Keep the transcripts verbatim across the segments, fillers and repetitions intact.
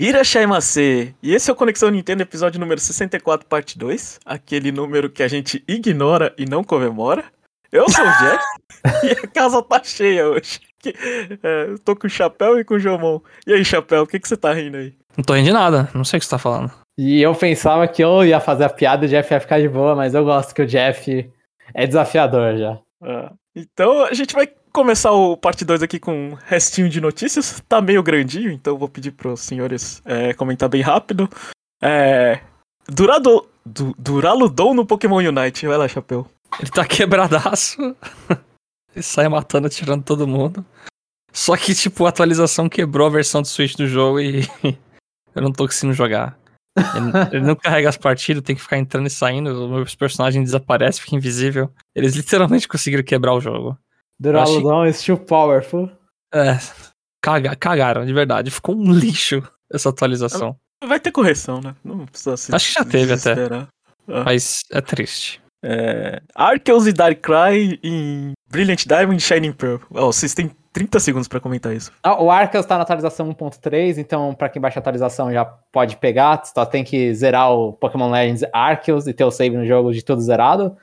Irashaimase! E esse é o Conexão Nintendo, episódio número sessenta e quatro, parte dois. Aquele número que a gente ignora e não comemora. Eu sou o Jeff e a casa tá cheia hoje. É, eu tô com o Chapéu e com o Jomon. E aí, Chapéu, o que, que você tá rindo aí? Não tô rindo de nada, não sei o que você tá falando. E eu pensava que eu ia fazer a piada e o Jeff ia ficar de boa, mas eu gosto que o Jeff é desafiador já. Ah, então a gente vai começar o parte dois aqui com um restinho de notícias. Tá meio grandinho, então vou pedir pros senhores é, comentar bem rápido. É, Durado, du, Duraludon no Pokémon Unite. Vai lá, Chapéu. Ele tá quebradaço. Ele sai matando, tirando todo mundo. Só que, tipo, a atualização quebrou a versão do Switch do jogo e eu não tô conseguindo jogar. Ele, ele não carrega as partidas, tem que ficar entrando e saindo. Os meus personagens desaparecem, fica invisível. Eles literalmente conseguiram quebrar o jogo. Duraludon is too powerful. É, caga, cagaram, de verdade. Ficou um lixo essa atualização. Vai ter correção, né? Não precisa se Acho que já teve até. Ah. Mas é triste. É, Arceus e Darkrai em Brilliant Diamond e Shining Pearl. Oh, vocês têm trinta segundos pra comentar isso. Ah, o Arceus tá na atualização um ponto três, então pra quem baixa a atualização já pode pegar. Só tem que zerar o Pokémon Legends Arceus e ter o save no jogo de tudo zerado.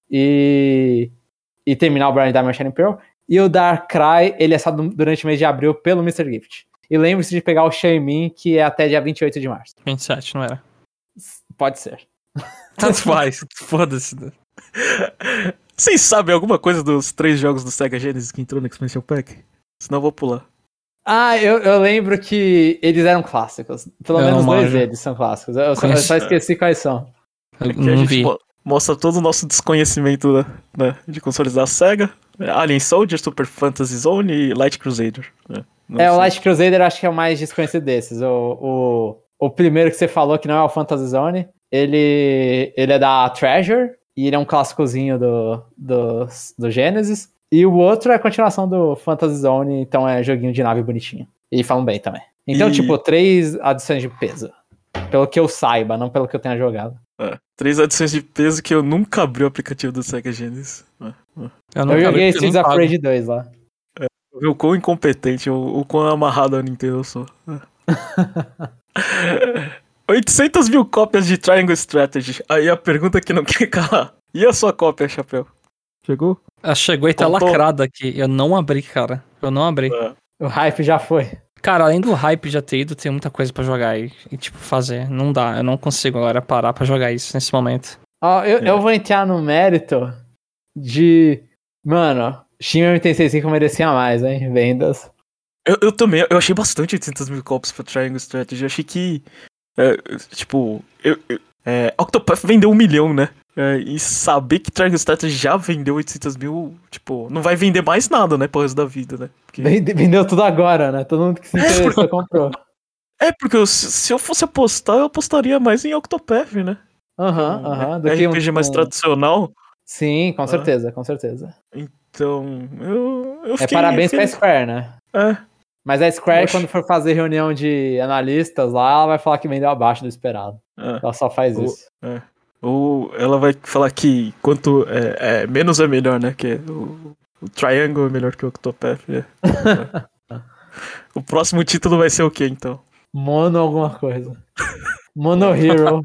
E, e terminar o Brilliant Diamond e Shining Pearl. E o Darkrai, ele é só durante o mês de abril pelo mister Gift. E lembre-se de pegar o Shaymin, que é até dia vinte e oito de março. vinte e sete, não era? Pode ser. Tanto faz, foda-se. Vocês sabem alguma coisa dos três jogos do Sega Genesis que entrou no Expansion Pack? Senão eu vou pular. Ah, eu, eu lembro que eles eram clássicos. Pelo eu menos dois manjo. deles são clássicos. Eu só, eu só esqueci quais são. Eu Aqui não a gente vi. mo- mostra todo o nosso desconhecimento né, né, de consoles da Sega. Alien Soldier, Super Fantasy Zone e Light Crusader. Né? Não É, sei. o Light Crusader acho que é o mais desconhecido desses. O, o, o primeiro que você falou, que não é o Fantasy Zone, ele, ele é da Treasure, e ele é um clássicozinho do, do, do Genesis. E o outro é a continuação do Fantasy Zone, então é joguinho de nave bonitinho. E falam bem também. Então, E- tipo, três adições de peso. Pelo que eu saiba, não pelo que eu tenha jogado. É, três adições de peso que eu nunca abri o aplicativo do Sega Genesis. É, é. Eu, não Eu joguei acabei porque eu Streets não of pago. Rage dois lá. Ver o quão incompetente, o, o quão amarrado a Nintendo eu sou. oitocentas mil cópias de Triangle Strategy. Aí a pergunta que não quer calar. E a sua cópia, Chapéu? Chegou? Ela chegou e tá Contou. lacrada aqui. Eu não abri, cara. Eu não abri. É. O hype já foi. Cara, além do hype já ter ido, tem muita coisa pra jogar e, e, tipo, fazer. Não dá. Eu não consigo agora parar pra jogar isso nesse momento. Ó, eu, É. eu vou entrar no mérito de... Mano, Shin Megami Tensei cinco merecia mais, hein? Vendas. Eu, eu também, eu achei bastante oitocentas mil cópias pra Triangle Strategy. Eu achei que, é, tipo, eu, eu, é, Octopath vendeu um milhão, né? É, e saber que Triangle Strategy já vendeu oitocentas mil, tipo, não vai vender mais nada, né, pro resto da vida, né? Porque- Vende- Vendeu tudo agora, né? Todo mundo que se É, interessou porque- comprou. É, porque eu- se, se eu fosse apostar, eu apostaria mais em Octopath, né? Aham, Um aham. do R que um- P G mais um- tradicional. Sim, com Ah. certeza, com certeza. Então, eu, eu É fiquei... parabéns fiquei- pra Square, né? É, Mas a Square, Oxe. quando for fazer reunião de analistas lá, ela vai falar que vendeu abaixo do esperado. é. Ela só faz O- isso. Ou ela vai falar que quanto é, é, menos é melhor, né? Que o, o Triangle é melhor que o Octopath. É. É. O próximo título vai ser o quê, então? Mono alguma coisa. Mono Hero.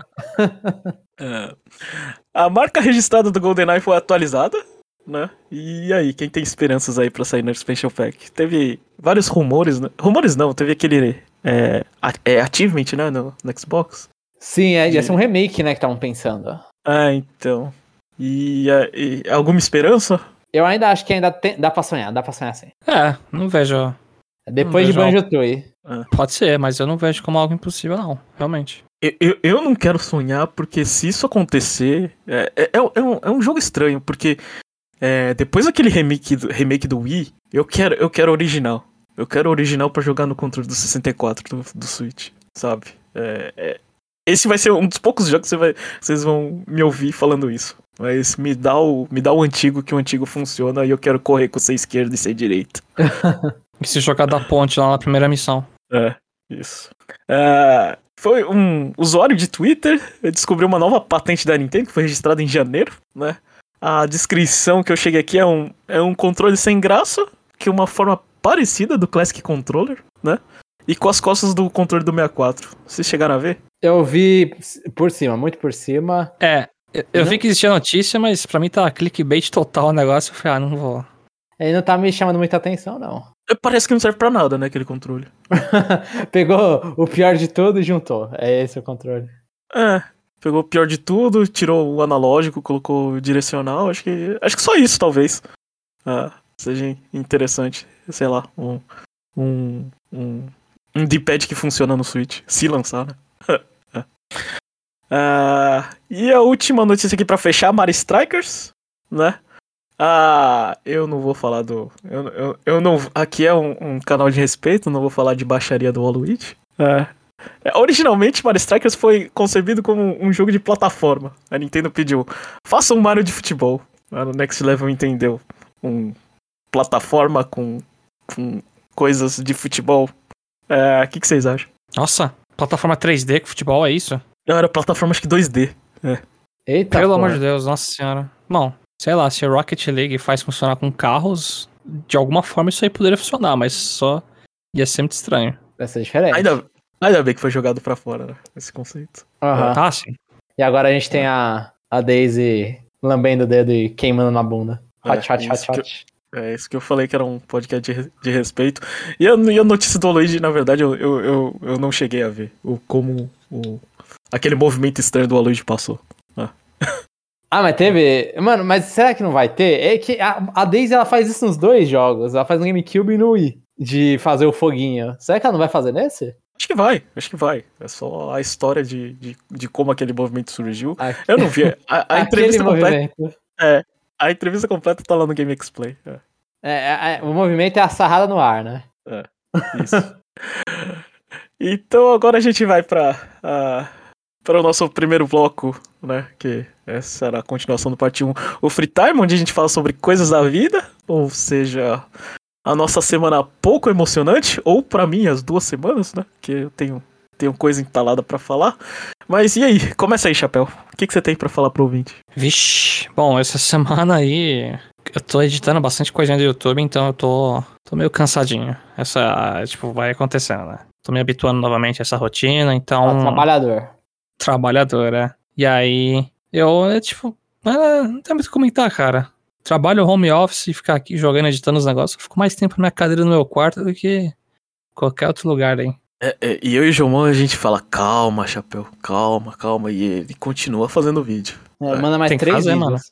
É. A marca registrada do GoldenEye foi atualizada, né? E aí, quem tem esperanças aí pra sair no Expansion Pack? Teve vários rumores, né? Rumores não, teve aquele é, a- é, Achievement, né? No, no Xbox. Sim, é, ia ser um remake, né, que estavam pensando. Ah, então. E, é, e alguma esperança? Eu ainda acho que ainda tem, dá pra sonhar, dá pra sonhar sim. É, não vejo. Depois Não de vejo Banjo-Tooie. Pode ser, mas eu não vejo como algo impossível, não. Realmente. Eu, eu, eu não quero sonhar, porque se isso acontecer. É, é, é, um, é um jogo estranho, porque é, depois daquele remake do, remake do Wii, eu quero, eu quero original. Eu quero original pra jogar no controle do sessenta e quatro do, do Switch, sabe? É, é, esse vai ser um dos poucos jogos que você vai, vocês vão me ouvir falando isso. Mas me dá, o, me dá o antigo, que o antigo funciona, e eu quero correr com ser esquerdo e ser direito. E se jogar da ponte lá na primeira missão. É, isso. É, foi um usuário de Twitter descobriu uma nova patente da Nintendo que foi registrada em janeiro, né? A descrição que eu cheguei aqui é um, é um controle sem graça, que é uma forma parecida do Classic Controller, né? e com as costas do controle do sessenta e quatro. Vocês chegaram a ver? Eu vi por cima, muito por cima. É, eu, eu Não- vi que existia notícia, mas pra mim tá clickbait total o negócio. Eu falei, ah, não vou. Ele não tá me chamando muita atenção, não. É, parece que não serve pra nada, né, aquele controle. Pegou o pior de tudo e juntou. É esse o controle. É, pegou o pior de tudo, tirou o analógico, colocou o direcional. Acho que, acho que só isso, talvez. Ah, seja interessante. Sei lá, um... Um... Um, um D-pad que funciona no Switch. Se lançar, né? Ah, e a última notícia aqui pra fechar, Mario Strikers, né? Ah, eu não vou falar do... Eu, eu, eu não... Aqui é um, um canal de respeito, não vou falar de baixaria do Waluigi. É. É, originalmente, Mario Strikers foi concebido como um jogo de plataforma. A Nintendo pediu, faça um Mario de futebol. A Next Level entendeu. Um plataforma com, com coisas de futebol. É, o que, que vocês acham? Nossa, plataforma três D com futebol, é isso? Não, era plataforma acho que dois D. É. Eita, Pelo porra. amor de Deus, nossa senhora. Bom, sei lá, se a Rocket League faz funcionar com carros, de alguma forma isso aí poderia funcionar, mas só ia ser muito estranho. Vai ser diferente. Ainda, ainda bem que foi jogado pra fora, né? Esse conceito. Aham. Ah, sim. E agora a gente tem a, a Daisy lambendo o dedo e queimando na bunda. Hot, É, hot, hot, isso que hot. É isso que eu falei que era um podcast de, de respeito. E a, e a notícia do Waluigi, na verdade, eu, eu, eu, eu não cheguei a ver. O, como o, aquele movimento estranho do Waluigi passou. Ah. Ah, mas teve... Mano, mas será que não vai ter? É que a, a Daisy, ela faz isso nos dois jogos. Ela faz no GameCube e no Wii. De fazer o foguinho. Será que ela não vai fazer nesse? Acho que vai, acho que vai. É só a história de, de, de como aquele movimento surgiu. A- Eu não vi. A, a Aquele entrevista completa. movimento. É, a entrevista completa tá lá no Game Explain. É, É, é, é, o movimento é a sarrada no ar, né? isso. Então agora a gente vai pra, uh, para o nosso primeiro bloco, né? Que essa era a continuação do parte um. O Free Time, onde a gente fala sobre coisas da vida. Ou seja, a nossa semana pouco emocionante. Ou pra mim, as duas semanas, né? Que eu tenho, tenho coisa entalada pra falar. Mas e aí? Começa aí, Chapéu. O que, que você tem pra falar pro ouvinte? Vixe, bom, essa semana aí eu tô editando bastante coisinha do YouTube, então eu tô, tô meio cansadinho. Essa, tipo, vai acontecendo, né? Tô me habituando novamente a essa rotina, então... Ó, trabalhador. Trabalhador, é. E aí, eu, é, tipo, é, não tem muito o que comentar, cara. Trabalho home office e ficar aqui jogando, editando os negócios, eu fico mais tempo na minha cadeira no meu quarto do que qualquer outro lugar aí. É, é, e eu e o Jomão, a gente fala, calma, Chapéu, calma, calma. E ele continua fazendo vídeo. É, É. manda mais Tem que três fazer, vídeos. mano.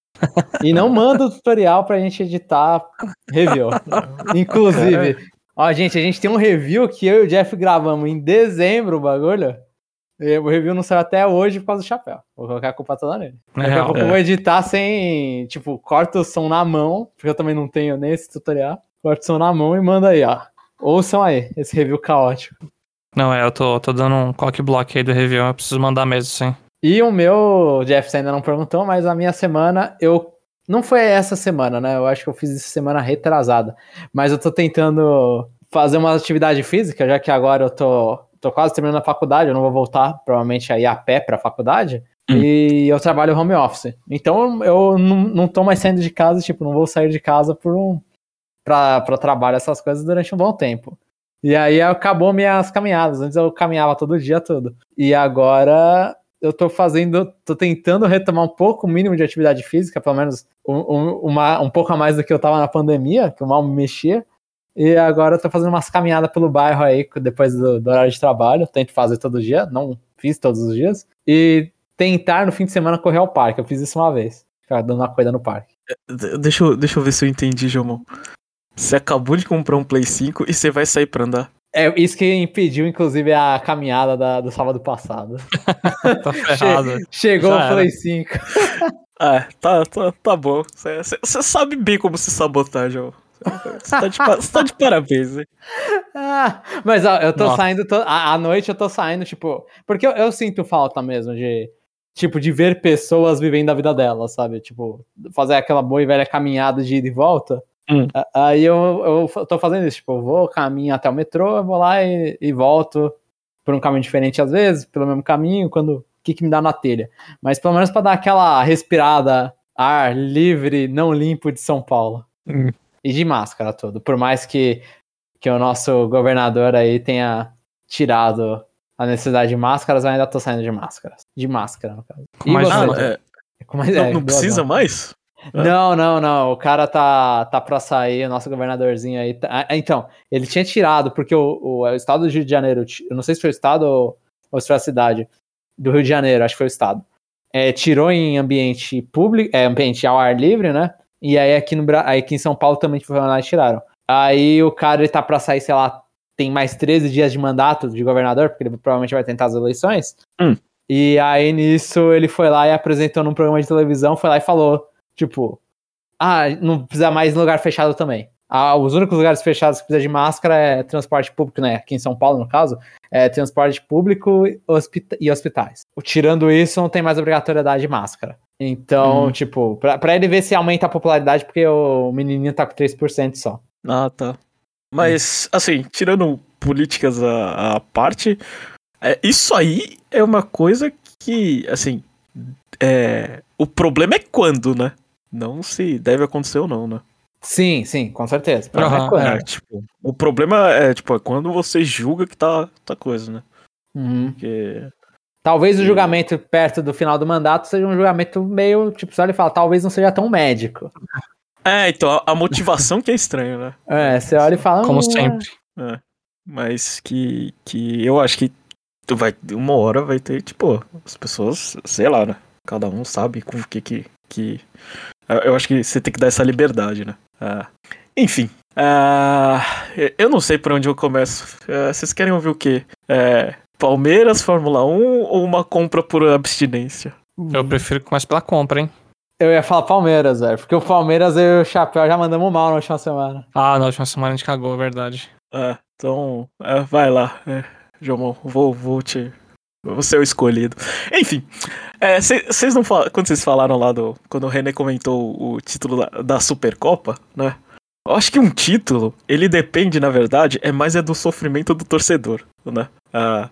E não manda o tutorial pra gente editar review. Inclusive, ó, gente, a gente tem um review que eu e o Jeff gravamos em dezembro, o bagulho. E o review não saiu até hoje por causa do Chapéu. Vou colocar a culpa toda nele. É Daqui a real. pouco eu vou editar sem, tipo, corta o som na mão, porque eu também não tenho nem esse tutorial. Corta o som na mão e manda aí, ó. Ouçam aí, esse review caótico. Não, é, eu tô, tô dando um cock block aí do review, eu preciso mandar mesmo, sim. E o meu, o Jeff ainda não perguntou, mas a minha semana, eu... Não foi essa semana, né? Eu acho que eu fiz essa semana retrasada. Mas eu tô tentando fazer uma atividade física, já que agora eu tô, tô quase terminando a faculdade, eu não vou voltar, provavelmente, a ir a pé pra faculdade. Hum. E eu trabalho home office. Então eu não, não tô mais saindo de casa, tipo, não vou sair de casa por um, pra, pra trabalho, essas coisas, durante um bom tempo. E aí acabou minhas caminhadas. Antes eu caminhava todo dia, tudo. E agora... eu tô fazendo, tô tentando retomar um pouco o mínimo de atividade física, pelo menos um, um, uma, um pouco a mais do que eu tava na pandemia, que eu mal me mexia. E agora eu tô fazendo umas caminhadas pelo bairro aí, depois do, do horário de trabalho. Eu tento fazer todo dia, não fiz todos os dias. E tentar no fim de semana correr ao parque. Eu fiz isso uma vez, ficar dando uma corrida no parque. Deixa eu, deixa eu ver se eu entendi, Jomão. Você acabou de comprar um Play cinco e você vai sair pra andar. É isso que impediu, inclusive, a caminhada da, do sábado passado. Tá ferrado. Che- chegou Já o era. Play cinco. Ah, tá, tá, tá bom. Você sabe bem como se sabotar, João. Você tá de, pa- cê tá de parabéns, hein? Ah, mas ó, eu tô Nossa. saindo, to- à à noite eu tô saindo, tipo, porque eu, eu sinto falta mesmo de, tipo, de ver pessoas vivendo a vida delas, sabe? Tipo, fazer aquela boa e velha caminhada de ida e volta. Hum. A- Aí eu, eu tô fazendo isso, tipo, eu vou, caminho até o metrô, eu vou lá e, e volto por um caminho diferente às vezes, pelo mesmo caminho, quando o que, que me dá na telha. Mas pelo menos pra dar aquela respirada, ar livre, não limpo de São Paulo. Hum. E de máscara tudo. Por mais que, que que o nosso governador aí tenha tirado a necessidade de máscaras, mas ainda tô saindo de máscaras. De máscara, no caso. Com mais você? uma. Ah, é, Com mais- não é, não duas precisa mãos. mais? É. Não, não, não. O cara tá, tá pra sair, o nosso governadorzinho aí. tá- ah, Então, ele tinha tirado, porque o, o, o estado do Rio de Janeiro, eu não sei se foi o estado ou, ou se foi a cidade do Rio de Janeiro, acho que foi o estado. É, tirou em ambiente público, é, ambiente ao ar livre, né? E aí aqui, no, Bra- aí aqui em São Paulo também foram lá e tiraram. Aí o cara ele tá pra sair, sei lá, tem mais treze dias de mandato de governador, porque ele provavelmente vai tentar as eleições. Hum. E aí nisso ele foi lá e apresentou num programa de televisão, foi lá e falou, tipo, ah, não precisa mais em lugar fechado também. Ah, os únicos lugares fechados que precisa de máscara é transporte público, né? Aqui em São Paulo, no caso, é transporte público e hospita- e hospitais. Tirando isso, não tem mais obrigatoriedade de máscara. Então, Uhum. tipo, pra, pra ele ver se aumenta a popularidade, porque o menininho tá com três por cento só. Ah, tá. Mas, assim, tirando políticas à, à parte, é, isso aí é uma coisa que, assim, é, o problema é quando, né? Não se deve acontecer ou não, né? Sim, sim, com certeza. Pra Aham, mim é quando. É, tipo, o problema é, tipo, é quando você julga que tá, tá coisa, né? Uhum. Porque... Talvez o E- julgamento perto do final do mandato seja um julgamento meio, tipo, só ele fala, talvez não seja tão médico. É, então, a, a motivação que é estranha, né? É, você olha e fala... como "Hum, sempre. É, mas que, que eu acho que tu vai, uma hora vai ter, tipo, as pessoas, sei lá, né? Cada um sabe com o que que... que... Eu eu acho que você tem que dar essa liberdade, né? Ah, enfim. Ah, eu não sei por onde eu começo. Ah, vocês querem ouvir o quê? É, Palmeiras, Fórmula um ou uma compra por abstinência? Eu prefiro que comece pela compra, hein? Eu ia falar Palmeiras, velho. Porque o Palmeiras e o Chapéu já mandamos mal na última semana. Ah, na última semana a gente cagou, é verdade. Ah, então, é, vai lá, é, Jomon, vou, vou te... Vou ser o escolhido. Enfim, vocês não falam, quando vocês falaram lá do... Quando o René comentou o título da, da Supercopa, né? Eu acho que um título, ele depende, na verdade, é mais é do sofrimento do torcedor, né? Ah,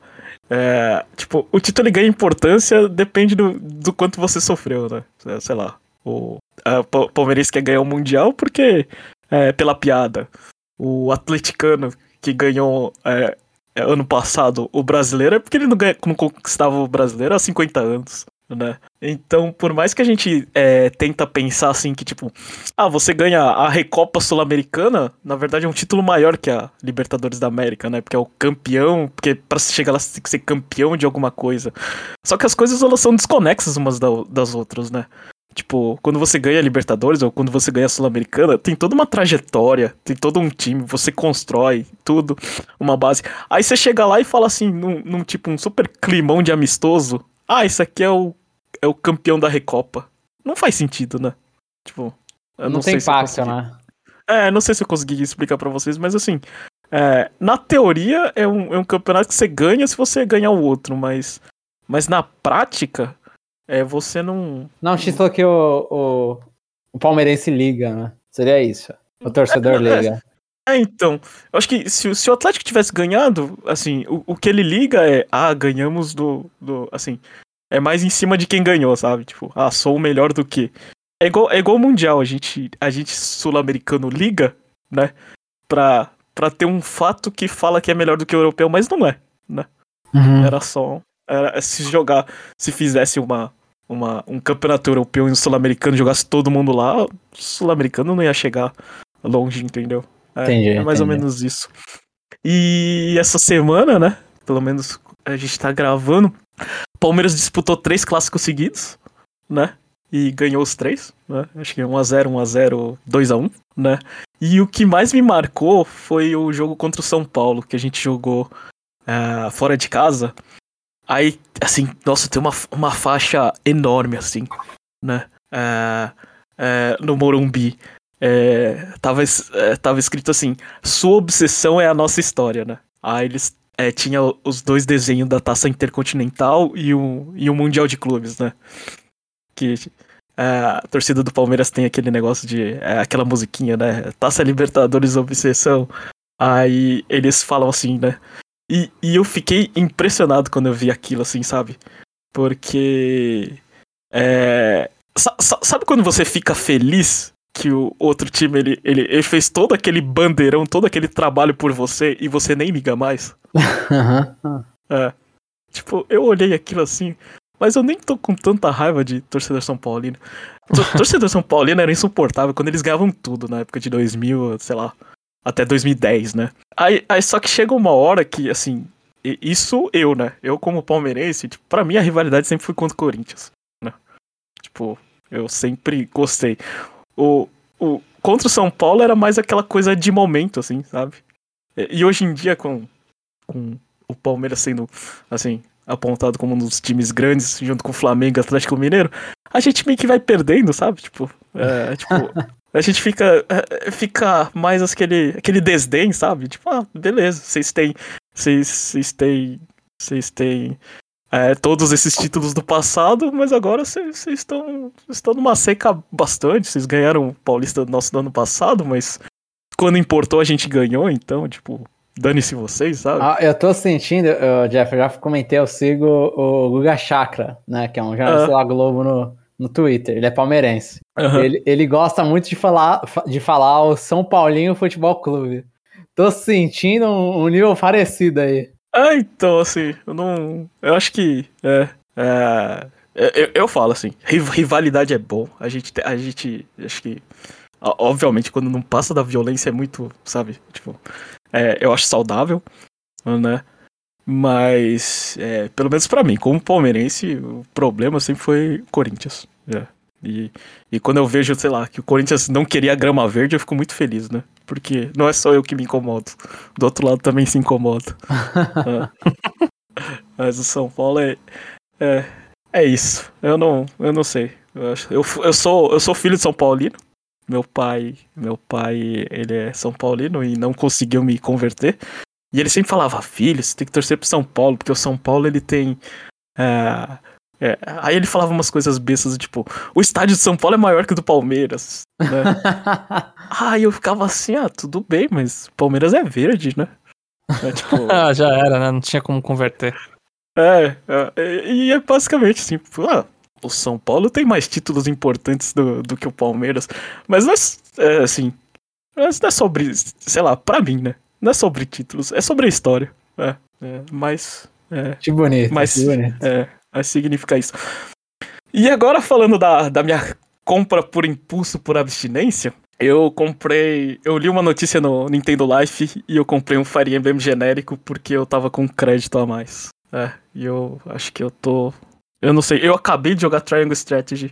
é, tipo, o título ele ganha importância, depende do, do quanto você sofreu, né? Sei lá, o a, o Palmeirense quer ganhar o Mundial porque é pela piada. O atleticano que ganhou é, é, ano passado o brasileiro é porque ele não, ganha, não conquistava o brasileiro há cinquenta anos, né? Então, por mais que a gente é, tenta pensar assim que, tipo, ah, você ganha a Recopa Sul-Americana, na verdade é um título maior que a Libertadores da América, né? Porque é o campeão, porque pra chegar lá você tem que ser campeão de alguma coisa. Só que as coisas elas são desconexas umas das outras, né? Tipo, quando você ganha a Libertadores ou quando você ganha a Sul-Americana, tem toda uma trajetória, tem todo um time, você constrói tudo, uma base. Aí você chega lá e fala assim, num, num tipo, um super climão de amistoso, ah, isso aqui é o, é o campeão da Recopa. Não faz sentido, né? Tipo, eu Não, não, tem sei impacto, se eu consegui... né? É, não sei se eu consegui explicar pra vocês, mas assim, é, na teoria é um, é um campeonato que você ganha se você ganhar o outro, mas, mas na prática... É, você não... Não, um título que o, o, o palmeirense liga, né? Seria isso. O torcedor liga. É, então, eu acho que se, se o Atlético tivesse ganhado, assim, o, o que ele liga é, ah, ganhamos do, do, assim, é mais em cima de quem ganhou, sabe? Tipo, ah, sou o melhor do que. É igual, é igual o Mundial, a gente, a gente sul-americano liga, né, pra, pra ter um fato que fala que é melhor do que o europeu, mas não é, né? Uhum. Era só... Era, se jogar, se fizesse uma, uma, um campeonato europeu e um sul-americano jogasse todo mundo lá, o sul-americano não ia chegar longe, entendeu? É, Entendi, é mais ou entendi. menos isso. E essa semana, né? Pelo menos a gente tá gravando. Palmeiras disputou três clássicos seguidos, né? E ganhou os três, né? Acho que um a zero, um a zero, dois a um, né? E o que mais me marcou foi o jogo contra o São Paulo, que a gente jogou uh, fora de casa. Aí, assim, nossa, tem uma, uma faixa enorme, assim, né? É, é, no Morumbi. É, tava, é, tava escrito assim, sua obsessão é a nossa história, né? Aí eles é, tinha os dois desenhos da Taça Intercontinental e o, e o Mundial de Clubes, né? Que é, a torcida do Palmeiras tem aquele negócio de... É, aquela musiquinha, né? Taça Libertadores Obsessão. Aí eles falam assim, né? E, e eu fiquei impressionado quando eu vi aquilo, assim, sabe? Porque... É, sa- sa- sabe quando você fica feliz que o outro time, ele, ele, ele fez todo aquele bandeirão, todo aquele trabalho por você e você nem liga mais? Uhum. É. Tipo, eu olhei aquilo assim, mas eu nem tô com tanta raiva de torcedor São Paulino. Tor- torcedor São Paulino era insuportável quando eles ganhavam tudo na época de dois mil, sei lá, até dois mil e dez, né? Aí, aí só que chega uma hora que, assim, i- isso eu, né? Eu como palmeirense, tipo, pra mim a rivalidade sempre foi contra o Corinthians, né? Tipo, eu sempre gostei. O, o, contra o São Paulo era mais aquela coisa de momento, assim, sabe? E, e hoje em dia, com, com o Palmeiras sendo, assim, apontado como um dos times grandes, junto com o Flamengo e Atlético Mineiro, a gente meio que vai perdendo, sabe? Tipo, é, tipo a gente fica, é, fica mais aquele, aquele desdém, sabe? Tipo, ah, beleza, vocês têm, vocês, vocês têm, vocês têm é, todos esses títulos do passado, mas agora vocês estão, estão numa seca bastante. Vocês ganharam o Paulista nosso do ano passado, mas quando importou a gente ganhou, então, tipo, dane-se vocês, sabe? Ah, eu tô sentindo, uh, Jeff, eu já comentei, eu sigo o Guga Chakra, né? Que é um jornalista Ah. da Globo no, no Twitter. Ele é palmeirense. Aham. Ele, ele gosta muito de falar, de falar o São Paulinho Futebol Clube. Tô sentindo um, um nível parecido aí. Ah, então, assim, eu não. Eu acho que. É. é eu, eu falo assim, riv- rivalidade é bom. A gente. te- A gente. Acho que. ó, Obviamente, quando não passa da violência é muito, sabe? Tipo. É, eu acho saudável, né? Mas. É, pelo menos pra mim, como palmeirense, o problema sempre foi o Corinthians. É. E, e quando eu vejo, sei lá, que o Corinthians não queria grama verde, eu fico muito feliz, né? Porque não é só eu que me incomodo. Do outro lado também se incomoda. É. Mas o São Paulo é, é. É isso. Eu não, eu não sei. Eu, acho- eu, eu, sou, eu sou filho de São Paulino. Meu pai, meu pai, ele é São Paulino e não conseguiu me converter. E ele sempre falava, filho, você tem que torcer pro São Paulo, porque o São Paulo ele tem. é, é, aí ele falava umas coisas bestas, tipo, o estádio de São Paulo é maior que o do Palmeiras, né? Aí eu ficava assim, ah, tudo bem, mas o Palmeiras é verde, né? É, tipo, Ah, já era, né? Não tinha como converter. é, é, e é basicamente assim, tipo, ah, o São Paulo tem mais títulos importantes do, do que o Palmeiras, mas não é, s- é, assim, mas não é sobre, sei lá, pra mim, né? Não é sobre títulos, é sobre a história. É, é, mas, é, Que bonito, mas, que bonito. é, mas significa isso. E agora falando da, da minha compra por impulso, por abstinência, eu comprei, eu li uma notícia no Nintendo Life e eu comprei um Fire Emblem genérico porque eu tava com crédito a mais. É, e eu acho que eu tô, eu não sei, eu acabei de jogar Triangle Strategy,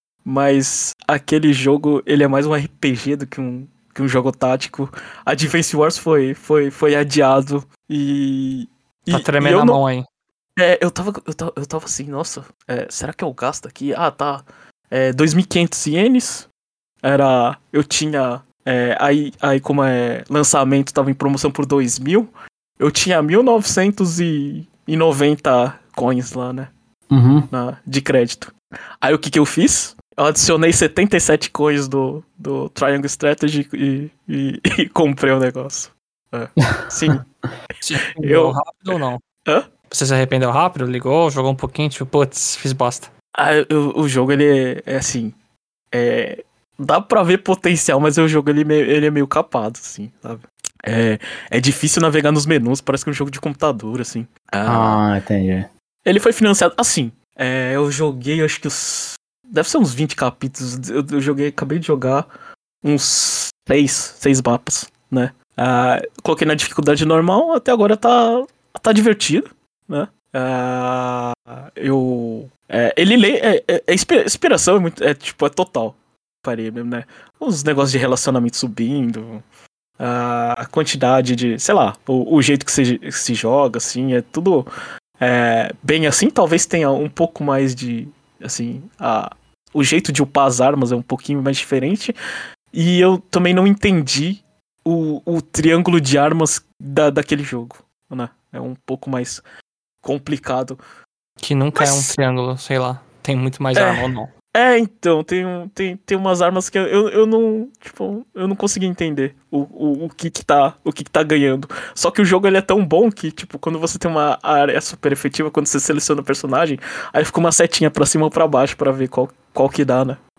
mas aquele jogo, ele é mais um R P G do que um, que um jogo tático. Advance Wars foi, foi, foi adiado e... Tá e- e tremendo eu a não- mão aí. é, eu tava, eu tava, eu tava assim, nossa, é, será que eu gasto aqui? Ah, tá, é, dois mil e quinhentos ienes, era, eu tinha, é, aí, aí como é lançamento, tava em promoção por dois mil, eu tinha mil novecentos e noventa coins lá, né, Uhum. na, de crédito. Aí o que que eu fiz? Eu adicionei setenta e sete coins do, do Triangle Strategy e, e, e comprei o negócio. É. Sim. Se arrependeu Eu- rápido ou não? Hã? Você se arrependeu rápido? Ligou, jogou um pouquinho, tipo, putz, fiz bosta. Ah, eu- o jogo, ele é, é assim. É, dá pra ver potencial, mas o jogo ele, é meio- ele é meio capado, assim, sabe? É, é difícil navegar nos menus, parece que é um jogo de computador, assim. Ah, Ah, entendi. ele foi financiado. Assim, é, eu joguei, acho que os. Deve ser uns vinte capítulos. Eu, eu joguei, acabei de jogar uns seis, seis mapas, né? Ah, coloquei na dificuldade normal, até agora tá, tá divertido, né? Ah, eu. É, ele lê. É, é, é inspi- inspiração é muito. É tipo, é total. Parei mesmo, né? Os negócios de relacionamento subindo. A quantidade de. Sei lá, o, o jeito que se, que se joga, assim, é tudo. É, bem assim, talvez tenha um pouco mais de. Assim, a, o jeito de upar as armas é um pouquinho mais diferente. E eu também não entendi o, o triângulo de armas da, daquele jogo, né? É um pouco mais complicado. Que nunca é um Mas- triângulo, sei lá. Tem muito mais É. arma ou não. É, então, tem, um- tem, tem umas armas que eu, eu, eu não. Tipo, eu não consegui entender o, o, o, que, que, tá, o que, que tá ganhando. Só que o jogo ele é tão bom que, tipo, quando você tem uma área super efetiva, quando você seleciona o personagem, aí fica uma setinha pra cima ou pra baixo pra ver qual, qual que dá, né? É.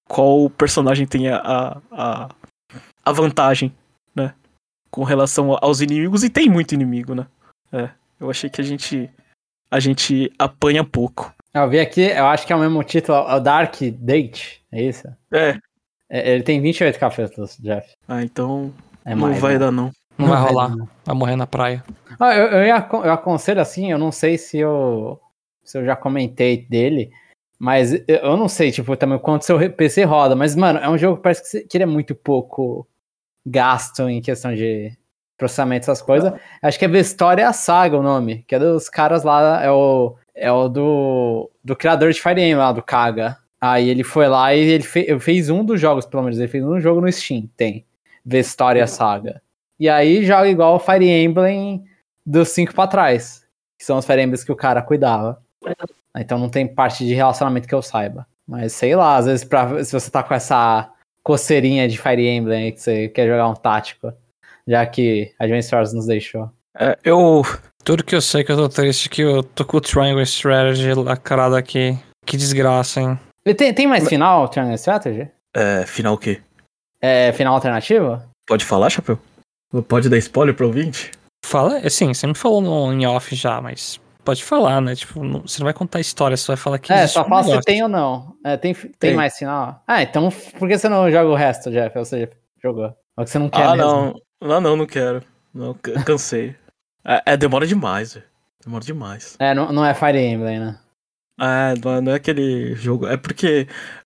qual personagem tem a, a, a vantagem, né? Com relação aos inimigos, e tem muito inimigo, né? É, eu achei que a gente, a gente apanha pouco. Eu vi aqui, eu acho que é o mesmo título, é o Dark Date, é isso? É. É, ele tem vinte e oito capítulos, Jeff. Ah, então É não mais, vai né? dar, não. Não vai rolar. Vai morrer na praia. Ah, eu, eu, ia- eu aconselho assim, eu não sei se eu, se eu já comentei dele, mas eu, eu não sei, tipo, também quanto seu P C roda, mas, mano, é um jogo que parece que, se- que ele é muito pouco gasto em questão de processamento, essas coisas. Acho que é Vestória Saga o nome, que é dos caras lá, é o, é o do, do criador de Fire Emblem lá, do Kaga. Aí ele foi lá e ele fe, fez um dos jogos, pelo menos, ele fez um jogo no Steam, tem, Vestória Saga. E aí joga igual o Fire Emblem dos cinco pra trás, que são os Fire Emblems que o cara cuidava. Então não tem parte de relacionamento que eu saiba. Mas sei lá, às vezes pra, se você tá com essa coceirinha de Fire Emblem aí, que você quer jogar um tático, já que Advance Wars nos deixou. É, eu... Tudo que eu sei que eu tô triste é que eu tô com o Triangle Strategy lacrado aqui. Que desgraça, hein? E tem, tem mais final, Triangle Strategy? É, final o quê? É final alternativo? Pode falar, Chapéu? Pode dar spoiler pro ouvinte? Fala, assim, você me falou no, em off já, mas pode falar, né? Tipo, não, você não vai contar a história, você vai falar que É, existe só um fala se negócio. tem ou não. É, tem, tem, Tem. mais final? Ah, então por que você não joga o resto, Jeff? Ou seja, jogou. Ou que você não quer Ah, mesmo? não. Não, não, não quero. Não, ca- cansei. É, é, demora demais, velho. Demora demais. É, não, não é Fire Emblem, né? É, não é, não é aquele jogo. É porque.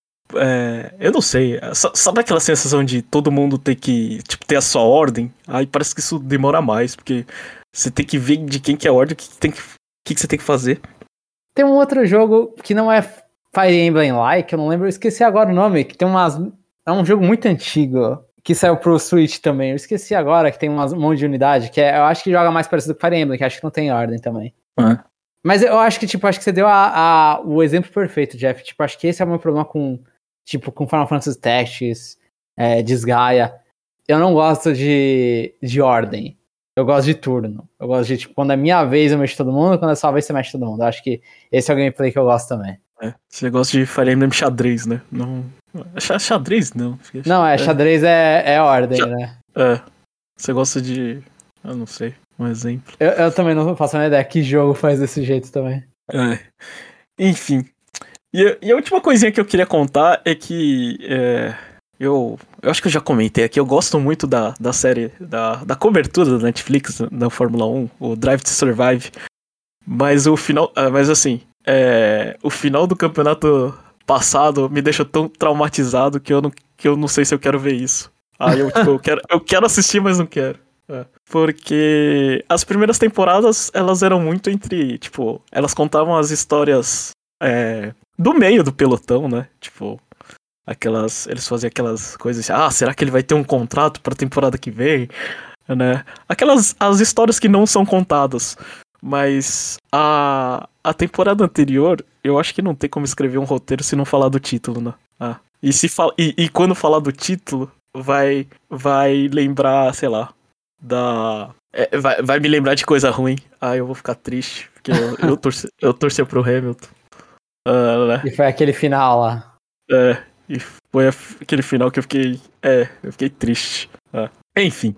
É, eu não sei. sa- Sabe aquela sensação de todo mundo ter que, tipo, ter a sua ordem? Aí parece que isso demora mais, porque você tem que ver de quem que é a ordem, o que, que, tem que, o que, que você tem que fazer. Tem um outro jogo que não é Fire Emblem-like, eu não lembro, eu esqueci agora o nome, que tem umas... É um jogo muito antigo, que saiu pro Switch também. Eu esqueci agora, que tem umas, um monte de unidade, que é, eu acho que joga mais parecido com Fire Emblem, que acho que não tem ordem também. É. Mas eu acho que, tipo, acho que você deu a, a- o exemplo perfeito, Jeff. Tipo, acho que esse é o meu problema com, tipo, com Final Fantasy Tactics, é, Disgaea. Eu não gosto de, de ordem. Eu gosto de turno. Eu gosto de, tipo, quando é minha vez eu mexo todo mundo, quando é sua vez você mexe todo mundo. Eu acho que esse é o gameplay que eu gosto também. É. Você gosta de Fire Emblem xadrez, né? Não. Xa- Xadrez, não. Não, é, xadrez é, é ordem, Já- né? É. Você gosta de. Eu não sei. Um exemplo. Eu, eu também não faço a minha ideia que jogo faz desse jeito também. É. Enfim. E, a- e a última coisinha que eu queria contar é que é, eu, eu acho que eu já comentei aqui, eu gosto muito da, da série, da, da cobertura da Netflix da Fórmula um, o Drive to Survive, mas o final, ah, mas assim, é, o final do campeonato passado me deixou tão traumatizado que eu não, que eu não sei se eu quero ver isso. Aí eu, tipo, eu, quero, eu quero assistir, mas não quero. É. Porque as primeiras temporadas, elas eram muito entre, tipo, elas contavam as histórias é, do meio do pelotão, né? Tipo, aquelas, eles faziam aquelas coisas assim, ah, será que ele vai ter um contrato pra temporada que vem? Né? Aquelas, as histórias que não são contadas. Mas a, a temporada anterior, eu acho que não tem como escrever um roteiro se não falar do título, né? Ah. E, se fala, e, e quando falar do título, vai, vai lembrar, sei lá, da... É, vai, vai me lembrar de coisa ruim. Ah, eu vou ficar triste, porque eu, eu, torci, eu torci pro Hamilton. Ah, né? E foi aquele final lá. É, e foi a- aquele final que eu fiquei... É, eu fiquei triste. Ah. Enfim.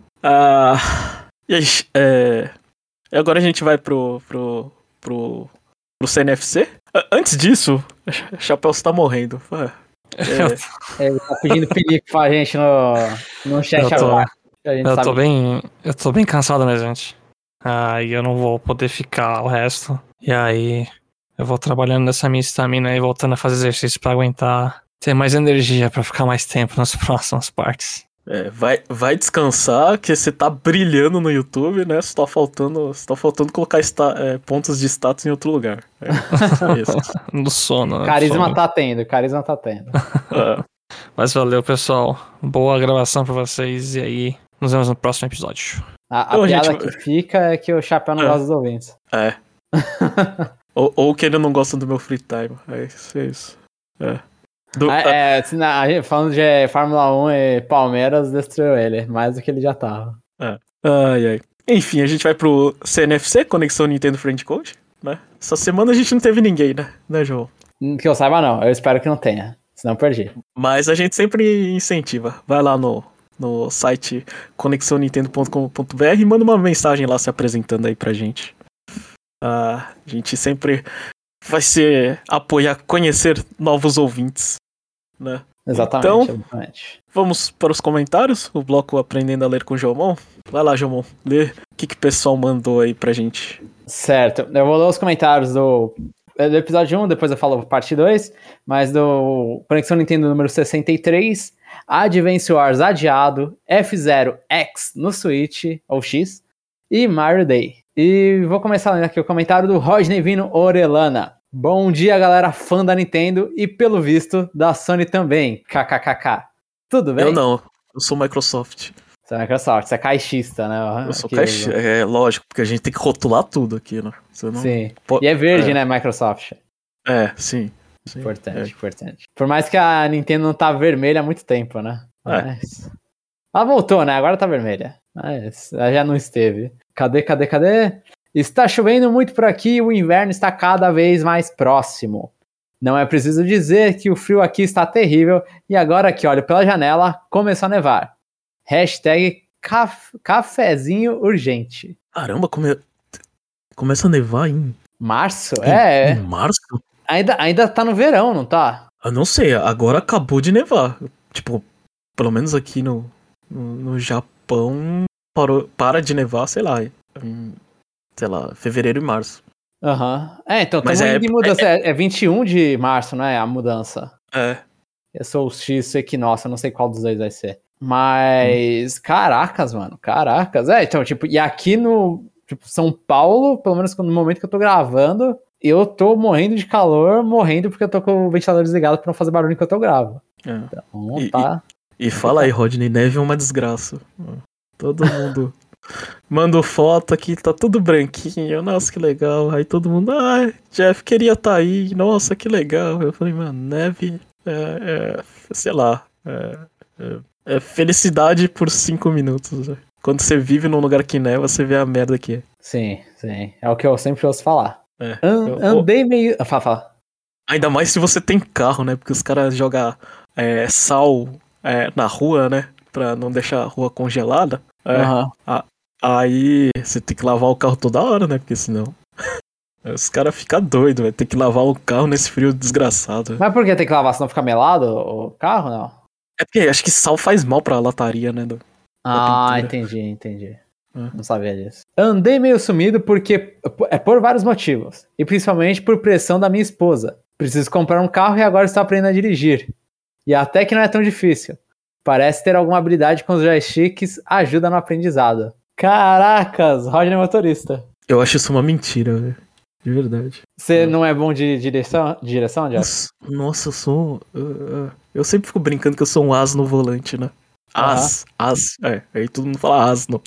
Ah, e aí, é... E agora a gente vai pro, pro, pro, pro C N F C. Ah, antes disso, Chapéu, você tá morrendo. Ah, é, Ele tá pedindo pinico pra gente no, no chat Eu tô- agora. A gente Eu sabe tô bem. Eu tô bem cansado, minha gente. Aí eu não vou poder ficar o resto. E aí eu vou trabalhando nessa minha estamina e voltando a fazer exercício pra aguentar ter mais energia pra ficar mais tempo nas próximas partes. é, vai, vai descansar, que você tá brilhando no YouTube, né? Só tá faltando, só tá faltando colocar esta- é, pontos de status em outro lugar. É, só isso. No sono, né? Carisma Sono. tá tendo, carisma tá tendo. Ah, Mas valeu, pessoal. Boa gravação pra vocês. E aí, nos vemos no próximo episódio. A, a Então, piada gente, que fica é que o Chapéu não É. gosta dos ouvintes. é. ou, ou que ele não gosta do meu free time. É isso. É isso. É. Do- Ah, é, se na- a gente falando de Fórmula um e Palmeiras, destruiu ele, mais do que ele já tava. Ai, ai. Enfim, a gente vai pro C N F C, Conexão Nintendo Friend Code, né? Essa semana a gente não teve ninguém, né? Né, João? Que eu saiba, não. Eu espero que não tenha. senão perdi. Mas a gente sempre incentiva. Vai lá no, no site conexão nintendo ponto com ponto b r e manda uma mensagem lá se apresentando aí pra gente. Uh, a gente sempre vai ser apoiar, conhecer novos ouvintes, né? Exatamente, então, exatamente. Vamos para os comentários, o bloco Aprendendo a Ler com o Jomon. Vai lá, Jomon, lê o que, que o pessoal mandou aí pra gente. Certo, eu vou ler os comentários do, do episódio um, depois eu falo parte dois, mas do Conexão Nintendo número sessenta e três, Advance Wars adiado, F zero X no Switch, ou X, e Mario Day. E vou começar lendo aqui o comentário do Rodney Vino Orelana. Bom dia, galera fã da Nintendo e, pelo visto, da Sony também. KKKK. Tudo bem? Eu não, eu sou Microsoft. Você é Microsoft, você é caixista, né? Eu sou Aqui, caixista, é lógico, porque a gente tem que rotular tudo aqui, né? Você não sim, pode... e é verde, é. né, Microsoft? É, sim. sim importante, é. importante. Por mais que a Nintendo não tá vermelha há muito tempo, né? É. Mas... ela voltou, né? Agora tá vermelha. Mas ela já não esteve. Cadê, cadê, cadê? Está chovendo muito por aqui e o inverno está cada vez mais próximo. Não é preciso dizer que o frio aqui está terrível e agora que olho pela janela, começou a nevar. Hashtag caf- cafezinho urgente. Caramba, come... começa a nevar em... Março? Em, é, em março? Ainda, ainda tá no verão, não tá? Eu não sei, agora acabou de nevar. Tipo, pelo menos aqui no, no, no Japão, parou, para de nevar, sei lá, em, sei lá, fevereiro e março. Aham. Uhum. É, então Mas estamos é, indo em mudança. É, é vinte e um de março, não é? A mudança. É. Eu sou o X, o Equinox, eu não sei qual dos dois vai ser. Mas, hum. caracas, mano, caracas. É, então, tipo, e aqui no tipo, São Paulo, pelo menos no momento que eu tô gravando, eu tô morrendo de calor, morrendo porque eu tô com o ventilador desligado pra não fazer barulho enquanto eu gravo. É. Então, e, tá... E, e fala aí, Rodney, neve é uma desgraça. Todo mundo manda foto aqui, tá tudo branquinho, nossa, que legal. Aí todo mundo, ah, Jeff queria estar tá aí, nossa, que legal. Eu falei, mano, neve é, é sei lá, é, é, é felicidade por cinco minutos. Né? Quando você vive num lugar que neva, você vê a merda que é. Sim, sim, é o que eu sempre ouço falar. É, And, eu, andei meio... Fala, fala. Ainda mais se você tem carro, né, porque os caras jogam é, sal é, na rua, né, pra não deixar a rua congelada. É, uhum. a, aí você tem que lavar o carro toda hora, né? Porque senão os caras ficam doidos, vai ter que lavar o carro nesse frio desgraçado. Mas por que tem que lavar? Senão fica melado o carro, não? É porque acho que sal faz mal pra lataria, né? Do, ah, entendi, entendi. É. Não sabia disso. Andei meio sumido porque é por vários motivos. E principalmente por pressão da minha esposa. Preciso comprar um carro e agora estou aprendendo a dirigir. E até que não é tão difícil. Parece ter alguma habilidade com os joysticks, ajuda no aprendizado. Caracas, Rodney motorista. Eu acho isso uma mentira, velho. De verdade. Você não é bom de direção, de direção, Jeff? Nossa, eu sou... Uh, eu sempre fico brincando que eu sou um asno no volante, né? As, uh-huh. as. É, aí todo mundo fala asno.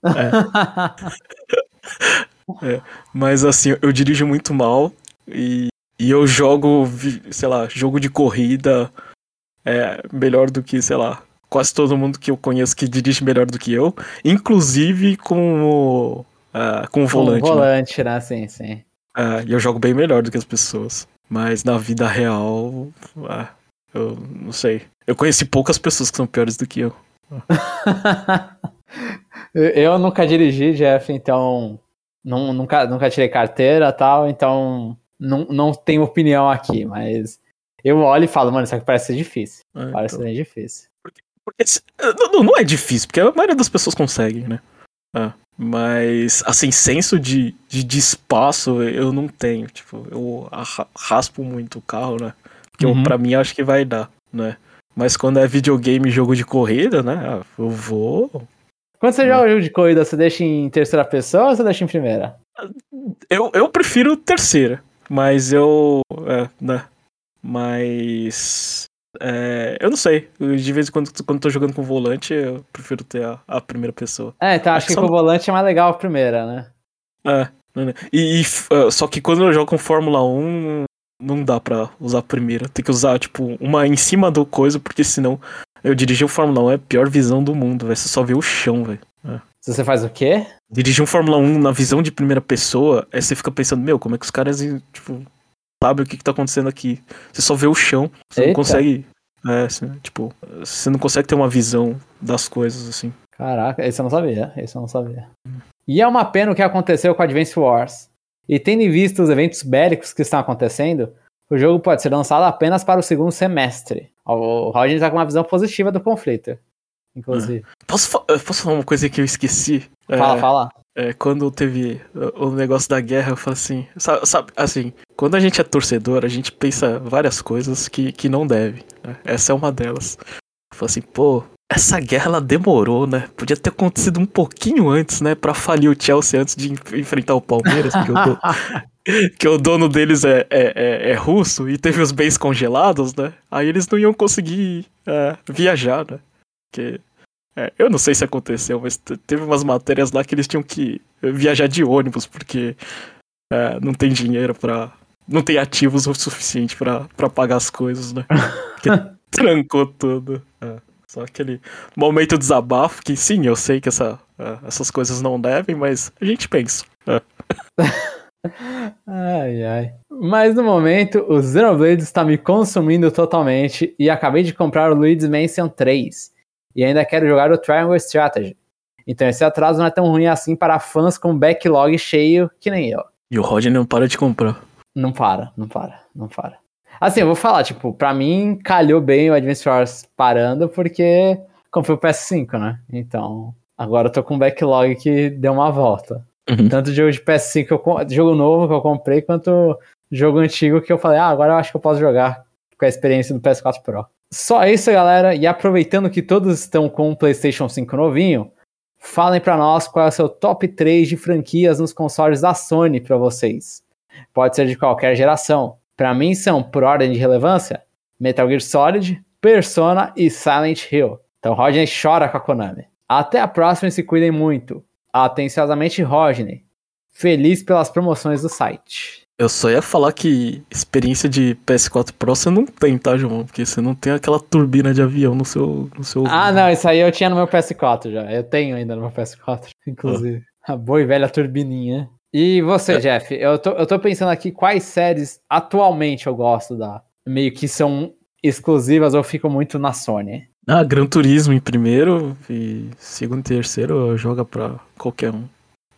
É. é. Mas assim, eu dirijo muito mal e, e eu jogo, sei lá, jogo de corrida é melhor do que, sei lá, quase todo mundo que eu conheço que dirige melhor do que eu, inclusive com o, uh, com o volante. Com o volante, né? né? Sim, sim. Uh, e eu jogo bem melhor do que as pessoas. Mas na vida real, uh, eu não sei. Eu conheci poucas pessoas que são piores do que eu. Eu nunca dirigi, Jeff, então não, nunca, nunca tirei carteira e tal, então não, não tenho opinião aqui, mas eu olho e falo, mano, isso aqui parece ser difícil. É, parece então... ser difícil. Porque, porque não, não é difícil, porque a maioria das pessoas consegue, né? É, mas, assim, senso de, de, de espaço eu não tenho. Tipo, eu raspo muito o carro, né? Porque uhum. eu, pra mim acho que vai dar, né? Mas quando é videogame e jogo de corrida, né? Eu vou. Quando você joga jogo de corrida, você deixa em terceira pessoa ou você deixa em primeira? Eu, eu prefiro terceira, mas eu... É, né? Mas... É, eu não sei. De vez em quando, quando tô jogando com volante, eu prefiro ter a, a primeira pessoa. É, então acho, acho que, que com o volante é mais legal a primeira, né? É. E, e só que quando eu jogo com Fórmula um, não dá pra usar a primeira. Tem que usar, tipo, uma em cima do coisa, porque senão... Eu dirigir o Fórmula um é a pior visão do mundo, velho. Você só vê o chão, velho. É. Você faz o quê? Dirigir um Fórmula um na visão de primeira pessoa, aí você fica pensando, meu, como é que os caras, tipo, sabe o que, que tá acontecendo aqui. Você só vê o chão, você Eita. não consegue. É, assim, tipo, você não consegue ter uma visão das coisas, assim. Caraca, esse eu não sabia, esse eu não sabia. E é uma pena o que aconteceu com Advance Wars. E tendo em vista os eventos bélicos que estão acontecendo, o jogo pode ser lançado apenas para o segundo semestre. O Roger está com uma visão positiva do conflito, inclusive. Posso, fa- posso falar uma coisa que eu esqueci? Fala, É, fala. é, quando teve o o negócio da guerra, eu falo assim, sabe, sabe, assim, quando a gente é torcedor, a gente pensa várias coisas que, que não deve, né? Essa é uma delas. Eu falo assim, pô, essa guerra ela demorou, né? Podia ter acontecido um pouquinho antes, né? Pra falir o Chelsea antes de enf- enfrentar o Palmeiras, porque o, do- que o dono deles é, é, é, é russo e teve os bens congelados, né? Aí eles não iam conseguir é, viajar, né? Porque é, eu não sei se aconteceu, mas t- teve umas matérias lá que eles tinham que viajar de ônibus, porque é, não tem dinheiro pra. Não tem ativos o suficiente pra, pra pagar as coisas, né? Porque trancou tudo. É, só aquele momento de desabafo, que sim, eu sei que essa, é, essas coisas não devem, mas a gente pensa. É. Ai, ai. Mas no momento, o Xenoblade está me consumindo totalmente e acabei de comprar o Luigi's Mansion três. E ainda quero jogar o Triangle Strategy. Então esse atraso não é tão ruim assim para fãs com backlog cheio que nem eu. E o Roger não para de comprar. Não para, não para, não para. Assim, eu vou falar, tipo, pra mim calhou bem o Advance Wars parando porque comprei o P S cinco, né? Então, agora eu tô com um backlog que deu uma volta. Uhum. Tanto jogo de P S cinco, que eu, com- jogo novo que eu comprei, quanto jogo antigo que eu falei, ah, agora eu acho que eu posso jogar com a experiência do P S quatro Pro. Só isso, galera. E aproveitando que todos estão com o PlayStation cinco novinho, falem pra nós qual é o seu top três de franquias nos consoles da Sony pra vocês. Pode ser de qualquer geração. Pra mim são, por ordem de relevância, Metal Gear Solid, Persona e Silent Hill. Então Rodney chora com a Konami. Até a próxima e se cuidem muito. Atenciosamente, Rodney. Feliz pelas promoções do site. Eu só ia falar que experiência de P S quatro Pro você não tem, tá, João? Porque você não tem aquela turbina de avião no seu. No seu... Ah, não, isso aí eu tinha no meu P S quatro já. Eu tenho ainda no meu P S quatro, inclusive. A boa e velha turbininha. E você, É. Jeff? Eu tô, eu tô pensando aqui quais séries atualmente eu gosto da. Meio que são exclusivas ou ficam muito na Sony. Ah, Gran Turismo em primeiro e segundo e terceiro joga pra qualquer um.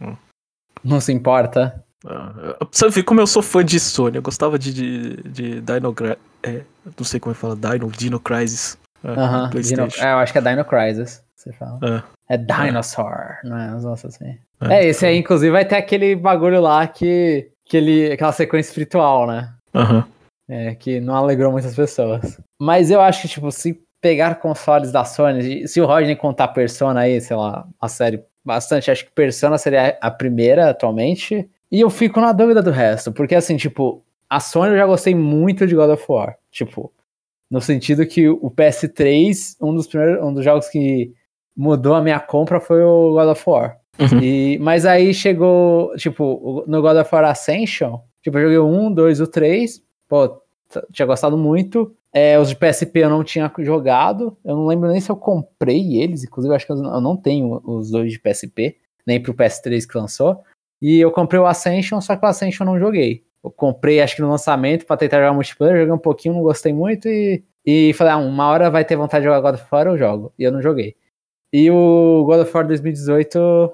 Não se importa. Ah, você vê como eu sou fã de Sony. Eu gostava de, de, de Dino. Gra- É, não sei como é que fala. Dino, Dino Crisis. É, Aham. no Dino- PlayStation. é, eu acho que é Dino Crisis. Você fala. É, É Dinosaur, não é? Uns negócios assim. é, É, esse aí, inclusive, vai ter aquele bagulho lá que. que ele, aquela sequência espiritual, né? Aham. É, que não alegrou muitas pessoas. Mas eu acho que, tipo, se pegar consoles da Sony, se o Rodney contar Persona aí, sei lá, a série bastante, acho que Persona seria a primeira atualmente. E eu fico na dúvida do resto, porque assim, tipo, a Sony eu já gostei muito de God of War. Tipo, no sentido que o P S três, um dos primeiros, um dos jogos que mudou a minha compra foi o God of War. Uhum. E, mas aí chegou, tipo, no God of War Ascension, tipo, eu joguei o um, dois, o três, pô, t- tinha gostado muito. É, os de P S P eu não tinha jogado, eu não lembro nem se eu comprei eles, inclusive eu acho que eu não eu não tenho os dois de P S P, nem pro P S três que lançou. E eu comprei o Ascension, só que o Ascension eu não joguei. Eu comprei, acho que no lançamento, pra tentar jogar multiplayer, joguei um pouquinho, não gostei muito e, e falei, ah, uma hora vai ter vontade de jogar God of War, eu jogo. E eu não joguei. E o God of War dois mil e dezoito,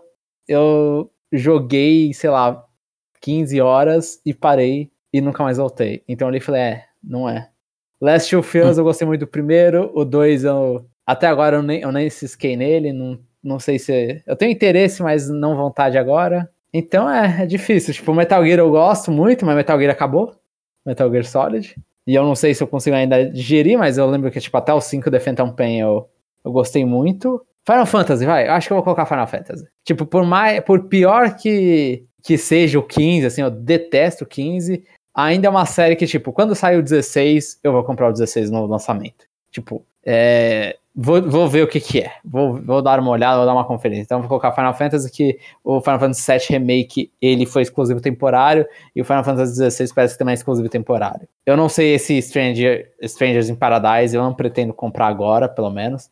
eu joguei, sei lá, quinze horas e parei e nunca mais voltei. Então eu falei, é, não é. Last of Us eu gostei muito do primeiro, o dois eu... Até agora eu nem, eu nem cisquei nele, não, não sei se... Eu tenho interesse, mas não vontade agora. Então é, é difícil. Tipo, Metal Gear eu gosto muito, mas Metal Gear acabou. Metal Gear Solid. E eu não sei se eu consigo ainda digerir, mas eu lembro que tipo, até o cinco The Phantom Pain eu, eu gostei muito. Final Fantasy, vai. Eu acho que eu vou colocar Final Fantasy. Tipo, por, mais, por pior que, que seja o quinze, assim, eu detesto o quinze, ainda é uma série que, tipo, quando sair o dezesseis, eu vou comprar o dezesseis no lançamento. Tipo, é... Vou, vou ver o que que é. Vou, vou dar uma olhada, vou dar uma conferência. Então vou colocar Final Fantasy, que o Final Fantasy sete Remake, ele foi exclusivo temporário, e o Final Fantasy dezesseis parece que também é exclusivo temporário. Eu não sei esse Stranger, Strangers in Paradise, eu não pretendo comprar agora, pelo menos,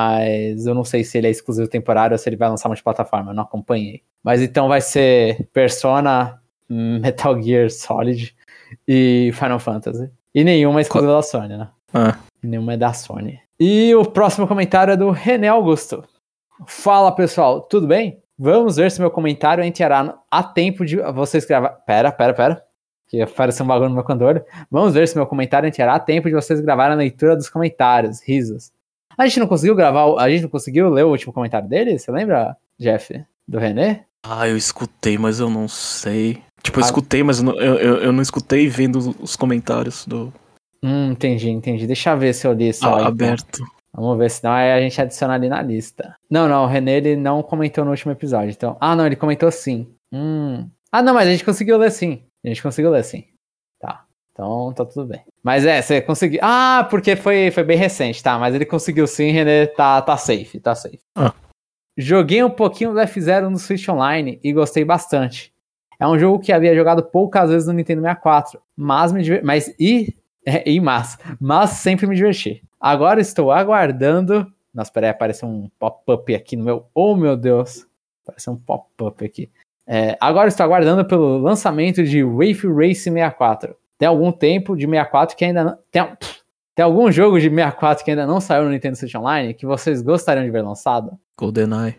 mas eu não sei se ele é exclusivo temporário ou se ele vai lançar multiplataforma, eu não acompanhei. Mas então vai ser Persona, Metal Gear Solid e Final Fantasy. E nenhuma é exclusiva da Sony, né? Ah. E nenhuma é da Sony. E o próximo comentário é do René Augusto. Fala, pessoal, tudo bem? Vamos ver se meu comentário entrará a tempo de vocês gravar... Pera, pera, pera. Que apareceu um bagulho no meu cantor. Vamos ver se meu comentário entrará a tempo de vocês gravarem a leitura dos comentários. Risos. A gente não conseguiu gravar... A gente não conseguiu ler o último comentário dele? Você lembra, Jeff? Do René? Ah, eu escutei, mas eu não sei. Tipo, eu Ah. escutei, mas eu não, eu, eu, eu não escutei vendo os comentários do... Hum, entendi, entendi. Deixa eu ver se eu li só. Ah, então. aberto. Vamos ver, senão aí a gente adiciona ali na lista. Não, não, o René, ele não comentou no último episódio. Então... Ah, não, ele comentou sim. Hum. Ah, não, mas a gente conseguiu ler sim. A gente conseguiu ler sim. Tá. Então, tá tudo bem. Mas é, você conseguiu... Ah, porque foi, foi bem recente, tá? Mas ele conseguiu sim, René, tá, tá safe, tá safe. Ah. Joguei um pouquinho do F zero no Switch Online e gostei bastante. É um jogo que havia jogado poucas vezes no Nintendo sessenta e quatro, mas me diver... mas e é, e mas, mas sempre me diverti. Agora estou aguardando. Nossa, peraí, apareceu um pop-up aqui no meu. Oh, meu Deus! Apareceu um pop-up aqui. É, agora estou aguardando pelo lançamento de Wave Race sessenta e quatro. Tem algum tempo de sessenta e quatro que ainda não. Tem, tem algum jogo de sessenta e quatro que ainda não saiu no Nintendo Switch Online que vocês gostariam de ver lançado? GoldenEye.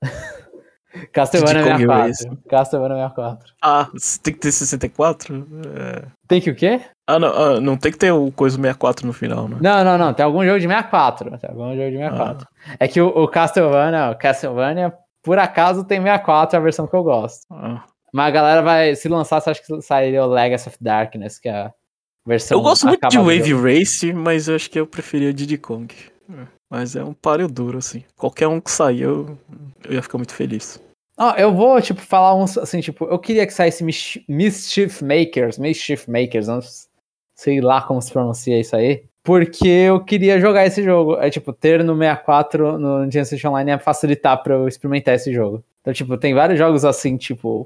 Castlevania Diddy sessenta e Kong quatro. Racing. Castlevania sessenta e quatro. Ah, tem que ter sessenta e quatro? É... Tem que o quê? Ah, não, ah, não tem que ter o coisa sessenta e quatro no final, né? Não, não, não. Tem algum jogo de sessenta e quatro. Tem algum jogo de sessenta e quatro. Ah. É que o, o Castlevania, o Castlevania, por acaso, tem sessenta e quatro, é a versão que eu gosto. Ah. Mas a galera vai, se lançar, acho que sairia o Legacy of Darkness, que é a versão... Eu gosto muito de Wave jogo. Race, mas eu acho que eu preferia Diddy Kong. Mas é um páreo duro, assim. Qualquer um que sair, eu, eu ia ficar muito feliz. Oh, eu vou, tipo, falar uns, assim, tipo, eu queria que saísse Mischief Makers, Mischief Makers, não sei lá como se pronuncia isso aí, porque eu queria jogar esse jogo. É, tipo, ter no sessenta e quatro, no Nintendo Switch Online, é facilitar pra eu experimentar esse jogo. Então, tipo, tem vários jogos, assim, tipo,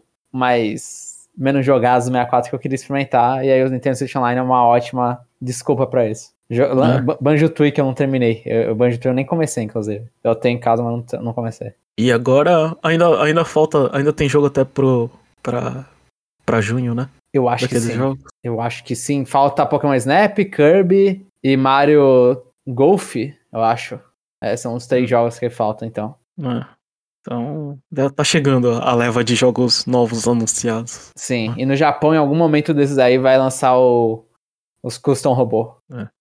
mais, menos jogados no sessenta e quatro que eu queria experimentar, e aí o Nintendo Switch Online é uma ótima desculpa pra isso. Jo- É. Banjo-Tooie que eu não terminei, eu, o Banjo-Tooie eu nem comecei, inclusive. Eu tenho em casa, mas não, não comecei. E agora, ainda, ainda falta, ainda tem jogo até pro, pra, pra junho, né? Eu acho que Daqueles sim. jogos. Eu acho que sim. Falta Pokémon Snap, Kirby e Mario Golf, eu acho. É, são os três jogos que faltam, então. É. Então, já tá chegando a leva de jogos novos anunciados. Sim. E no Japão, em algum momento desses aí, vai lançar o, os Custom Robô.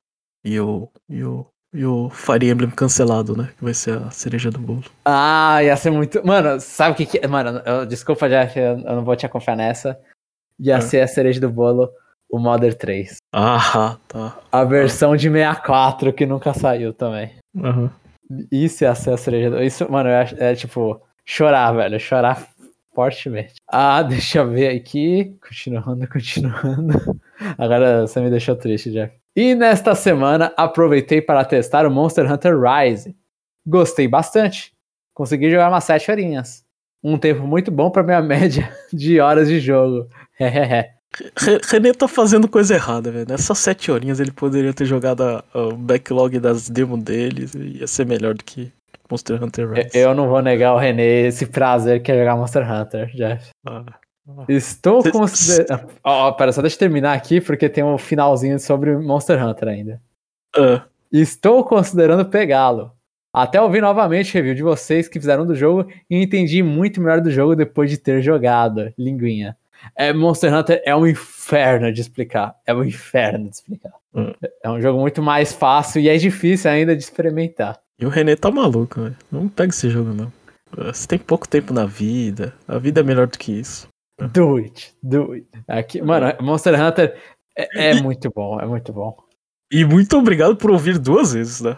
E o, e o, e o Fire Emblem cancelado, né? Que vai ser a cereja do bolo. Ah, ia ser muito... Mano, sabe o que que... Mano, eu... desculpa, Jeff, eu eu não vou te confiar nessa. Ia É. ser a cereja do bolo, o Mother três. Ah, tá. A versão de sessenta e quatro que nunca saiu também. Uhum. Isso ia ser a cereja do... Isso, mano, eu acho- é tipo... Chorar, velho. Chorar fortemente. Ah, deixa eu ver aqui. Continuando, continuando. Agora você me deixou triste, Jeff. E nesta semana, aproveitei para testar o Monster Hunter Rise. Gostei bastante. Consegui jogar umas sete horinhas. Um tempo muito bom para minha média de horas de jogo. Hehehe. Re- René tá fazendo coisa errada, velho. Nessas sete horinhas ele poderia ter jogado a- o backlog das demos dele e ia ser melhor do que Monster Hunter Rise. Eu não vou negar ao René esse prazer que é jogar Monster Hunter, Jeff. Ah. Estou Cê- considerando... Ó, ó, pera, só deixa eu terminar aqui, porque tem um finalzinho sobre Monster Hunter ainda. Ah. Estou considerando pegá-lo. Até ouvi novamente o review de vocês que fizeram do jogo e entendi muito melhor do jogo depois de ter jogado. Linguinha. É, Monster Hunter é um inferno de explicar. É um inferno de explicar. Hum. É um jogo muito mais fácil e é difícil ainda de experimentar. E o René tá maluco, velho. Não pega esse jogo, não. Você tem pouco tempo na vida. A vida é melhor do que isso. Do it, do it. Aqui, mano, Monster Hunter é, é muito bom, é muito bom. E muito obrigado por ouvir duas vezes, né?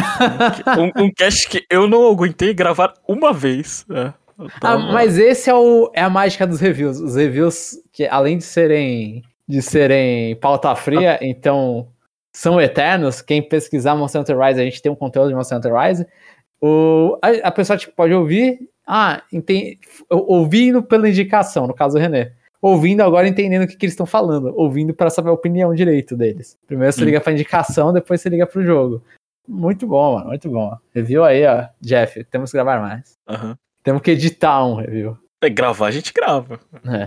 É. Um, um cast que eu não aguentei gravar uma vez. É. Eu Ah, tava- mas esse é, o, é a mágica dos reviews. Os reviews, que além de serem de serem pauta fria, então são eternos. Quem pesquisar Monster Hunter Rise, a gente tem um conteúdo de Monster Hunter Rise. O, a, a pessoa tipo, pode ouvir, ah, enten- ouvindo pela indicação, no caso do René. Ouvindo agora, entendendo o que, que eles estão falando. Ouvindo para saber a opinião direito deles. Primeiro você Hum. liga pra indicação, depois você liga pro jogo. Muito bom, mano, muito bom. Review aí, ó. Jeff, temos que gravar mais. Aham. Temos que editar um review. É, gravar a gente grava. É.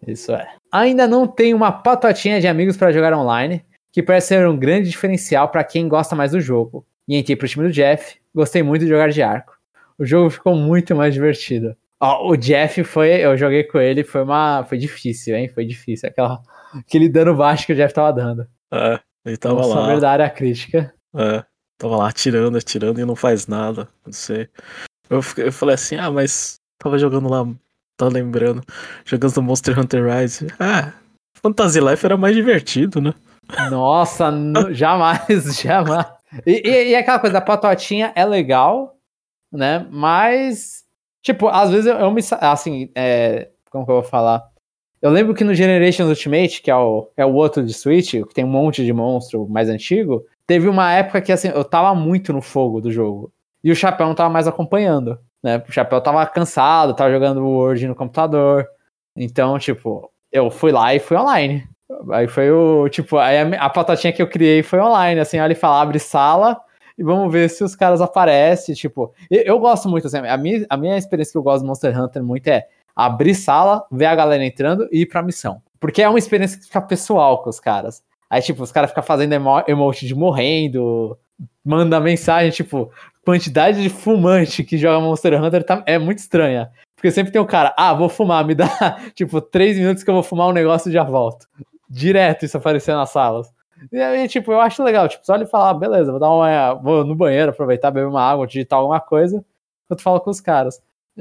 Isso é. Ainda não tem uma patotinha de amigos pra jogar online, que parece ser um grande diferencial pra quem gosta mais do jogo. E entrei pro time do Jeff, gostei muito de jogar de arco. O jogo ficou muito mais divertido. Ó, o Jeff foi, eu joguei com ele, foi uma, foi difícil, hein? Foi difícil, aquela, aquele dano baixo que o Jeff tava dando. É, ele tava Vamos lá. saber da área crítica. É, tava lá atirando, atirando e não faz nada. Não sei. Eu, fiquei- eu falei assim, ah, mas tava jogando lá, tava lembrando, jogando no Monster Hunter Rise. Ah, Fantasy Life era mais divertido, né? Nossa, n- jamais, jamais. E, e, e aquela coisa, a patotinha é legal, né? Mas, tipo, às vezes eu, eu me. sa- Assim, é, como que eu vou falar? Eu lembro que no Generations Ultimate, que é o, é o outro de Switch, que tem um monte de monstro mais antigo, teve uma época que, assim, eu tava muito no fogo do jogo. E o Chapéu não tava mais acompanhando, né? O Chapéu tava cansado, tava jogando Word no computador. Então, tipo, eu fui lá e fui online. Aí foi o, tipo, aí a, a patotinha que eu criei foi online, assim, aí ele fala, abre sala e vamos ver se os caras aparecem, tipo, eu, eu gosto muito, assim, a minha, a minha experiência que eu gosto do Monster Hunter muito é abrir sala, ver a galera entrando e ir pra missão, porque é uma experiência que fica pessoal com os caras, aí, tipo, os caras ficam fazendo emo emote de morrendo, manda mensagem, tipo, quantidade de fumante que joga Monster Hunter tá, é muito estranha, porque sempre tem um cara, ah, vou fumar, me dá, tipo, três minutos que eu vou fumar um negócio e já volto. Direto isso aparecer nas salas. E aí, tipo, eu acho legal. Tipo, só ele falar, ah, beleza, vou dar uma. Vou no banheiro, aproveitar, beber uma água, digitar alguma coisa, enquanto falo com os caras.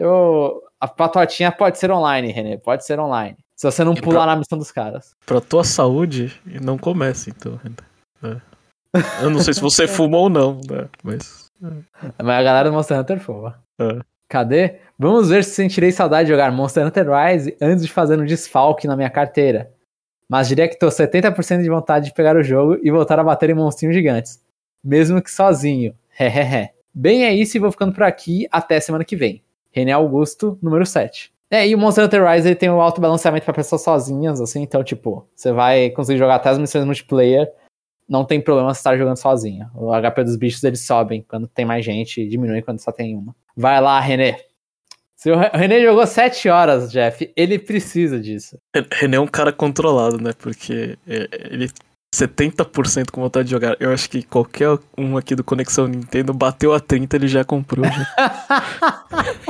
Eu. A patotinha pode ser online, René. Pode ser online. Se você não E pular pra- na missão dos caras. Pra tua saúde, não comece, então. É. Eu não sei se você fuma ou não, né? Mas. Mas a galera do Monster Hunter fuma. É. Cadê? Vamos ver se sentirei saudade de jogar Monster Hunter Rise antes de fazer um desfalque na minha carteira. Mas diria que tô setenta por cento de vontade de pegar o jogo e voltar a bater em monstrinhos gigantes. Mesmo que sozinho. Hehehe. Bem é isso e vou ficando por aqui até semana que vem. René Augusto, número sete. É, e o Monster Hunter Rise ele tem um alto balanceamento pra pessoas sozinhas, assim, então, tipo, você vai conseguir jogar até as missões multiplayer, não tem problema você estar jogando sozinho. O H P dos bichos eles sobem quando tem mais gente e diminui quando só tem uma. Vai lá, René. Se o René jogou sete horas, Jeff, ele precisa disso. René é um cara controlado, né? Porque é, ele setenta por cento com vontade de jogar. Eu acho que qualquer um aqui do Conexão Nintendo bateu a trinta, ele já comprou. Já.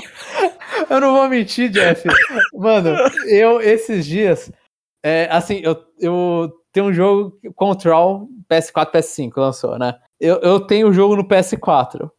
Eu não vou mentir, Jeff. Mano, eu, esses dias, é, assim, eu, eu tenho um jogo, Control, P S quatro, P S cinco lançou, né? Eu, eu tenho o jogo no P S quatro,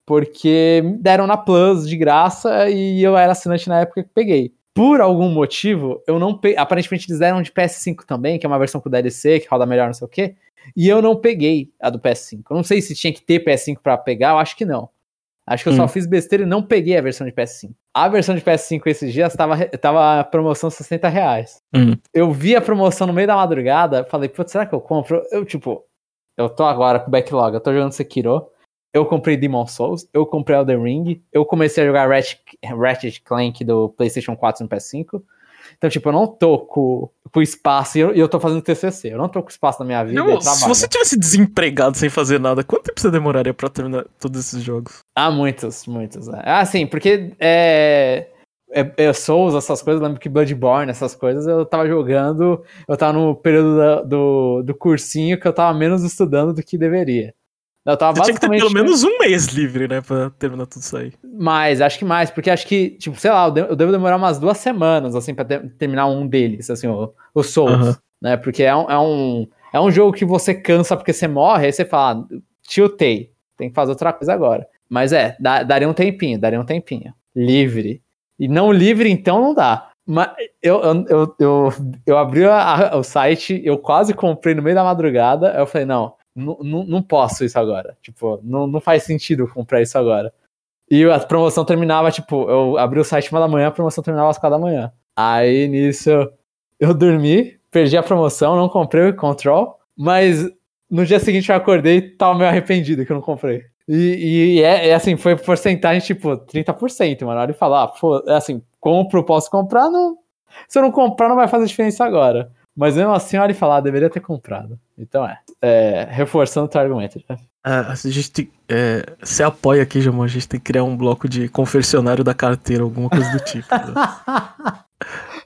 porque me deram na Plus de graça e eu era assinante na época que peguei. Por algum motivo, eu não peguei. Aparentemente eles deram de P S cinco também, que é uma versão com D L C, que roda melhor, não sei o quê. E eu não peguei a do P S cinco. Eu não sei se tinha que ter P S cinco pra pegar, eu acho que não. Acho que eu hum. só fiz besteira e não peguei a versão de P S cinco. A versão de P S cinco esses dias tava, tava promoção sessenta reais. Hum. Eu vi a promoção no meio da madrugada, falei, putz, será que eu compro? Eu, tipo, eu tô agora com backlog, eu tô jogando Sekiro, eu comprei Demon Souls, eu comprei Elden Ring, eu comecei a jogar Ratchet, Ratchet Clank do PlayStation quatro no P S cinco. Então, tipo, eu não tô com, com espaço e eu, eu tô fazendo T C C. Eu não tô com espaço na minha vida. Não, se você tivesse desempregado sem fazer nada, quanto tempo você demoraria pra terminar todos esses jogos? Ah, muitos, muitos. Né? Ah, sim, porque é, é, é Souls, essas coisas, eu lembro que Bloodborne, essas coisas, eu tava jogando, eu tava no período da, do, do cursinho que eu tava menos estudando do que deveria. Eu tava Você basicamente... tinha que ter pelo menos um mês livre, né, pra terminar tudo isso aí. Mais, acho que mais, porque acho que, tipo, sei lá, eu devo, eu devo demorar umas duas semanas, assim, pra ter, terminar um deles, assim, o, o Souls, uh-huh. né, porque é um, é, um, é um jogo que você cansa porque você morre, aí você fala, tiltei, tem que fazer outra coisa agora. Mas é, dá, daria um tempinho, daria um tempinho, livre. E não livre, então, não dá. Mas eu, eu, eu, eu, eu abri a, a, o site, eu quase comprei no meio da madrugada, aí eu falei, não, Não, não, não posso isso agora. Tipo, não, não faz sentido comprar isso agora. E a promoção terminava, tipo, eu abri o site uma da manhã, a promoção terminava às quatro da manhã. Aí, nisso, eu dormi, perdi a promoção, não comprei o Control, mas no dia seguinte eu acordei e tava meio arrependido que eu não comprei. E, e é, é assim, foi porcentagem, tipo, trinta por cento, mano. Olha e falar, ah, pô, é assim, compro, posso comprar, não... Se eu não comprar, não vai fazer diferença agora. Mas mesmo assim, olha e falar, deveria ter comprado. Então é, é reforçando o teu argumento. Né? Ah, a gente tem, é, você apoia aqui, Jamon, a gente tem que criar um bloco de confessionário da carteira, alguma coisa do tipo. Né?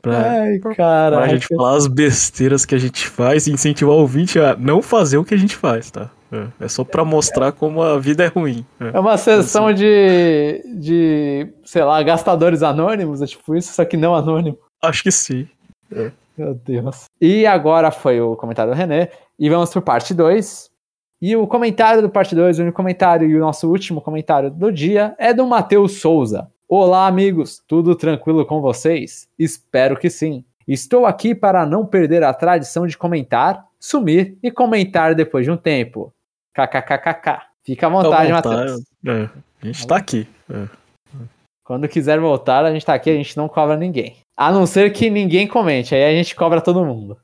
Pra, Ai, pra cara. gente falar as besteiras que a gente faz e incentivar o ouvinte a não fazer o que a gente faz, tá? É, é só pra mostrar como a vida é ruim. É uma sessão de, de, sei lá, gastadores anônimos, é tipo isso, só que não anônimo. Acho que sim. Meu Deus. E agora foi o comentário do René. E vamos pro parte dois. E o comentário do parte dois, o único comentário e o nosso último comentário do dia é do Matheus Souza. Olá, amigos. Tudo tranquilo com vocês? Espero que sim. Estou aqui para não perder a tradição de comentar, sumir e comentar depois de um tempo. KKKKK. Fica à vontade, Matheus. É, a gente tá aqui. É. Quando quiser voltar, a gente tá aqui, a gente não cobra ninguém. A não ser que ninguém comente, aí a gente cobra todo mundo.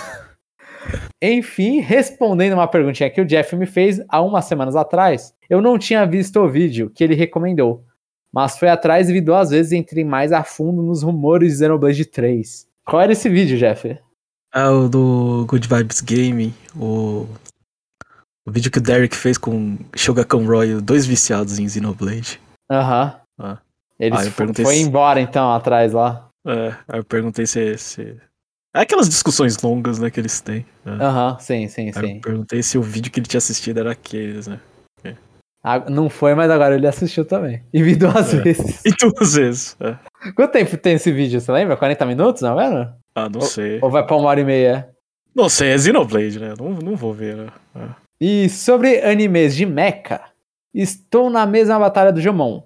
Enfim, respondendo uma perguntinha que o Jeff me fez há umas semanas atrás, eu não tinha visto o vídeo que ele recomendou, mas fui atrás e vi duas vezes e entrei mais a fundo nos rumores de Xenoblade três. Qual era esse vídeo, Jeff? Ah, o do Good Vibes Gaming, o, o vídeo que o Derek fez com Shogakukan Roy, dois viciados em Xenoblade. Aham. Uhum. Ah. Ele ah, foi se... embora então atrás lá. É, aí eu perguntei se, se... É aquelas discussões longas, né, que eles têm. Aham, uhum, sim, sim, aí sim. Eu perguntei se o vídeo que ele tinha assistido era aqueles, né. É. Ah, não foi, mas agora ele assistiu também. E vi duas é. vezes. E duas vezes, é. Quanto tempo tem esse vídeo, você lembra? quarenta minutos, não é, velho? Ah, não ou, sei. Ou vai pra uma hora e meia? Não sei, é Xenoblade, né? Não, não vou ver, né? É. E sobre animes de mecha, estou na mesma batalha do Jomon.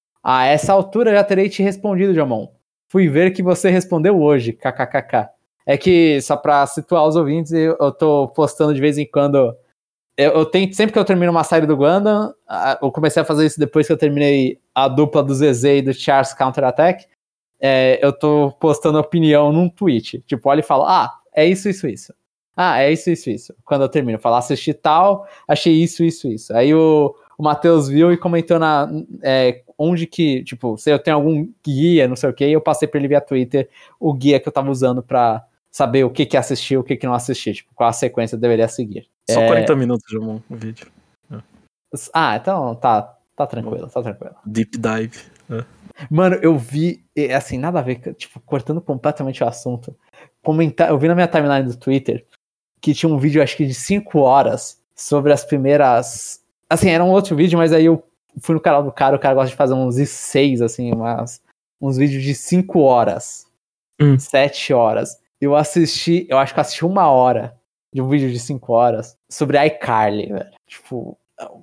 A essa altura já terei te respondido, Jomon. Fui ver que você respondeu hoje, kkkk. É que, só pra situar os ouvintes, eu, eu tô postando de vez em quando. Eu, eu tento, sempre que eu termino uma série do Gundam, eu comecei a fazer isso depois que eu terminei a dupla do Z Z e do Charles Counter Attack. É, eu tô postando opinião num tweet. Tipo, olha e fala, ah, é isso, isso, isso. Ah, é isso, isso, isso. Quando eu termino, falar, assisti tal, achei isso, isso, isso. Aí o, o Matheus viu e comentou na, é, onde que, tipo, se eu tenho algum guia, não sei o que, eu passei pra ele via Twitter o guia que eu tava usando pra saber o que que assistir, o que que não assistir, tipo, qual a sequência eu deveria seguir. Só é... quarenta minutos, Jomon, o vídeo. É. Ah, então tá, tá tranquilo, tá tranquilo. Deep dive. É. Mano, eu vi, assim, nada a ver, tipo, cortando completamente o assunto. Comentar, eu vi na minha timeline do Twitter que tinha um vídeo, acho que de cinco horas, sobre as primeiras... Assim, era um outro vídeo, mas aí eu fui no canal do cara, o cara gosta de fazer uns I seis, assim, umas, uns vídeos de cinco horas, hum. sete horas. Eu assisti, eu acho que eu assisti uma hora de um vídeo de cinco horas sobre iCarly, velho. Tipo...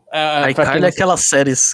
É, iCarly é aquelas séries...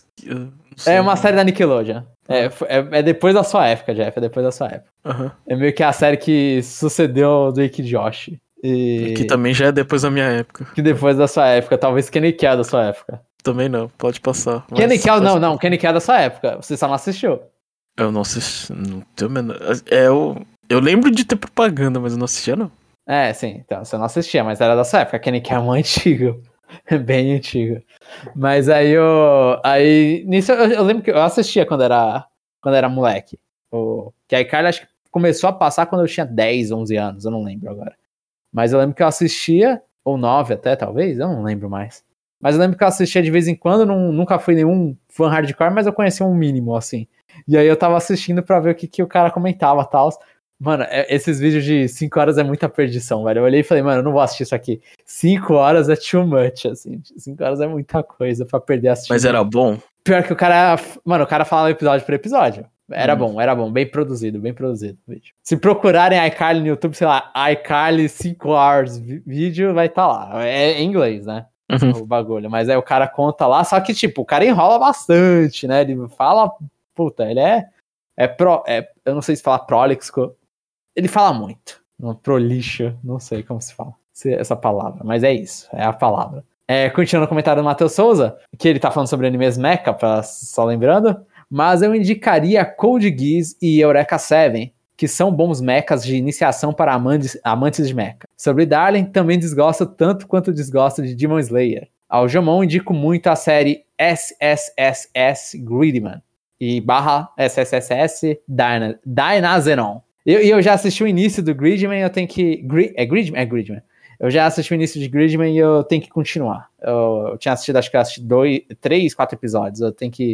É uma série da Nickelodeon. É, é, é depois da sua época, Jeff. É depois da sua época. Uhum. É meio que a série que sucedeu Drake e Josh. E... Que também já é depois da minha época. Que depois da sua época. Talvez Kenny Kell da sua época. Também não, pode passar. Kenny Kell, não, não. Kenny Kell da sua época. Você só não assistiu. Eu não assisti. Não tenho menor... é, eu, eu lembro de ter propaganda, mas eu não assistia, não. É, sim. Então, você não assistia, mas era da sua época. Kenny Kell é um antigo. É bem antigo. Mas aí eu. Aí. Nisso eu, eu lembro que eu assistia quando era, quando era moleque. O, que a iCarly acho que começou a passar quando eu tinha dez, onze anos. Eu não lembro agora. Mas eu lembro que eu assistia. Ou nove até, talvez. Eu não lembro mais. Mas eu lembro que eu assistia de vez em quando. Não, nunca fui nenhum fã hardcore, mas eu conhecia um mínimo, assim. E aí eu tava assistindo pra ver o que, que o cara comentava e tal. Mano, esses vídeos de cinco horas é muita perdição, velho. Eu olhei e falei, mano, eu não vou assistir isso aqui. cinco horas é too much, assim. cinco horas é muita coisa pra perder assistindo. Mas era bom? Pior que o cara... Mano, o cara falava episódio por episódio. Era hum. bom, era bom. Bem produzido, bem produzido o vídeo. Se procurarem iCarly no YouTube, sei lá, iCarly cinco hours vídeo, vai estar tá lá. É em inglês, né? Uhum. O bagulho. Mas aí o cara conta lá, só que, tipo, o cara enrola bastante, né? Ele fala... Puta, ele é... É pro... É, eu não sei se falar prolixo... Ele fala muito. Prolixo, não sei como se fala essa palavra, mas é isso, é a palavra. É, continuando o comentário do Matheus Souza, que ele tá falando sobre animes mecha, pra, só lembrando, mas eu indicaria Code Geass e Eureka Seven, que são bons mechas de iniciação para amantes, amantes de mecha. Sobre Darling, também desgosto tanto quanto desgosto de Demon Slayer. Ao Jomon, indico muito a série S S S S Gridman e barra S S S S Dyna, Dynazenon. E eu, eu já assisti o início do Gridman, eu tenho que... Grid, é Gridman? É Gridman. Eu já assisti o início de Gridman e eu tenho que continuar. Eu, eu tinha assistido, acho que eu assisti dois, três, quatro episódios. Eu tenho que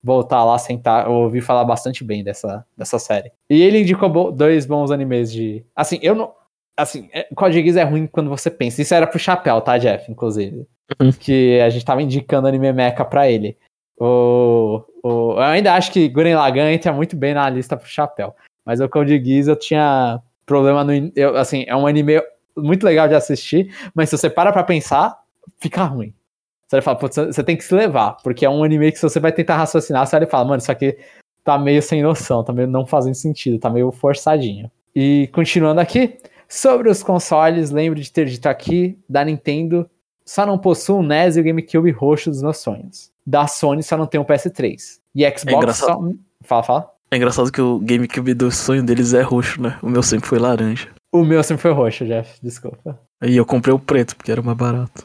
voltar lá, sentar. Eu ouvi falar bastante bem dessa, dessa série. E ele indicou bo- dois bons animes de... Assim, eu não... Assim, é, Code Geass é ruim quando você pensa. Isso era pro Chapéu, tá, Jeff? Inclusive. Uhum. Que a gente tava indicando anime mecha pra ele. O, o, eu ainda acho que Gurren Lagann entra muito bem na lista pro Chapéu. Mas o Code Geass eu tinha problema no... Eu, assim, é um anime muito legal de assistir, mas se você para pra pensar, fica ruim. Você vai falar, putz, você tem que se levar, porque é um anime que se você vai tentar raciocinar, você vai falar, mano, isso aqui tá meio sem noção, tá meio não fazendo sentido, tá meio forçadinho. E continuando aqui, sobre os consoles, lembro de ter dito aqui, da Nintendo, só não possuo o N E S e o GameCube roxo dos meus sonhos. Da Sony só não tem o P S três. E Xbox É só... Fala, fala. É engraçado que o GameCube do sonho deles é roxo, né? O meu sempre foi laranja. O meu sempre foi roxo, Jeff, desculpa. Aí eu comprei o preto, porque era mais barato.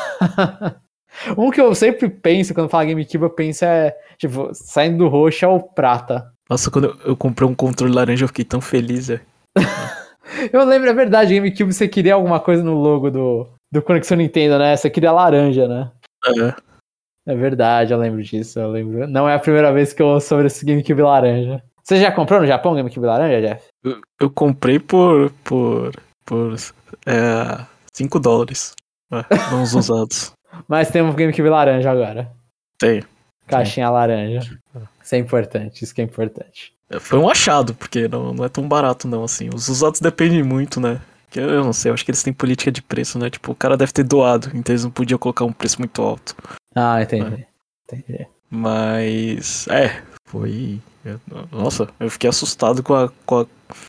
Um que eu sempre penso quando falo GameCube, eu penso é, tipo, saindo do roxo é o prata. Nossa, quando eu, eu comprei um controle laranja, eu fiquei tão feliz, velho. Eu lembro, é verdade, GameCube você queria alguma coisa no logo do, do Conexão Nintendo, né? Você queria laranja, né? É. É verdade, eu lembro disso, eu lembro. Não é a primeira vez que eu ouço sobre esse GameCube laranja. Você já comprou no Japão GameCube laranja, Jeff? Eu, eu comprei por. por. por. É. cinco dólares. É, não os usados. Mas tem um GameCube laranja agora. Tem. Caixinha laranja. Isso é importante, isso que é importante. Foi um achado, porque não, não é tão barato, não, assim. Os usados dependem muito, né? Que eu não sei, eu acho que eles têm política de preço, né? Tipo, o cara deve ter doado, então eles não podiam colocar um preço muito alto. Ah, entendi. É. Entendi. Mas. É, foi. Nossa, eu fiquei assustado com a. Com a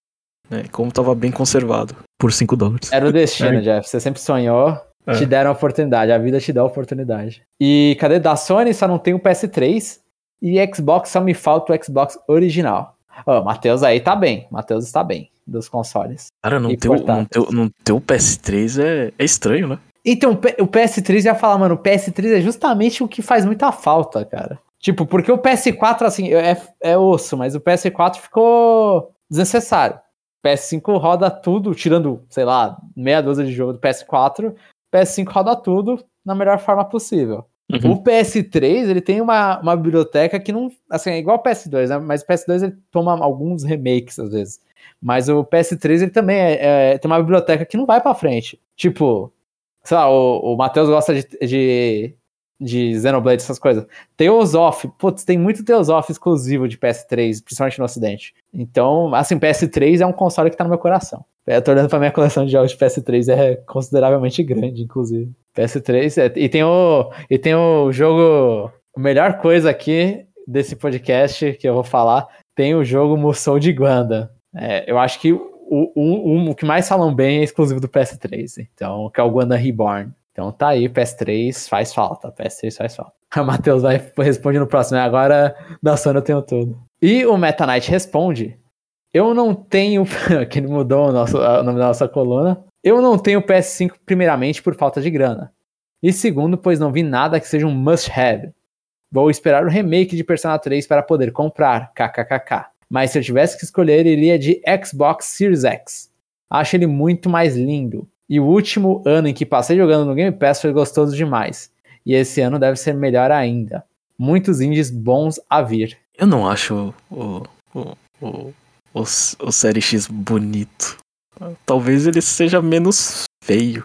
né, como tava bem conservado. Por cinco dólares. Era o destino, É. Jeff. Você sempre sonhou. É. Te deram a oportunidade. A vida te dá a oportunidade. E cadê? Da Sony só não tem o P S três. E Xbox só me falta o Xbox original. Ó, o Matheus aí tá bem. Matheus está bem. Dos consoles. Cara, não E ter, o- não, portáteis. ter, o- não ter o P S três é, é estranho, né? Então, o P- o P S três, eu ia falar, mano, o P S três é justamente o que faz muita falta, cara. Tipo, porque o P S quatro, assim, é, é osso, mas o P S quatro ficou desnecessário. O P S cinco roda tudo, tirando, sei lá, meia dúzia de jogo do P S quatro, o P S cinco roda tudo na melhor forma possível. Uhum. O P S três, ele tem uma, uma biblioteca que não, assim, é igual o P S dois, né? Mas o P S dois, ele toma alguns remakes, às vezes. Mas o P S três, ele também é, é, tem uma biblioteca que não vai pra frente. Tipo... Sei lá, o, o Matheus gosta de, de, de Xenoblade, essas coisas. Tales of, putz, tem muito Tales of exclusivo de P S três, principalmente no ocidente. Então, assim, P S três é um console que tá no meu coração. Eu tô olhando pra minha coleção de jogos de P S três, é consideravelmente grande, inclusive. P S três, é, e, tem o, e tem o jogo, a melhor coisa aqui desse podcast que eu vou falar, tem o jogo Musou de Guanda. É, eu acho que O, o, o que mais falam bem é exclusivo do P S três, então, que é o Guanda Reborn. Então tá aí, P S três faz falta, P S três faz falta. O Matheus vai responde no próximo, né? Agora da Sony eu tenho tudo. E o Meta Knight responde, eu não tenho, que ele mudou o, nosso, o nome da nossa coluna, eu não tenho P S cinco primeiramente por falta de grana. E segundo, pois não vi nada que seja um must-have. Vou esperar o remake de Persona três para poder comprar, kkkk. Mas se eu tivesse que escolher, iria de Xbox Series X. Acho ele muito mais lindo. E o último ano em que passei jogando no Game Pass foi gostoso demais. E esse ano deve ser melhor ainda. Muitos indies bons a vir. Eu não acho o, o, o, o, o Série X bonito. Talvez ele seja menos feio.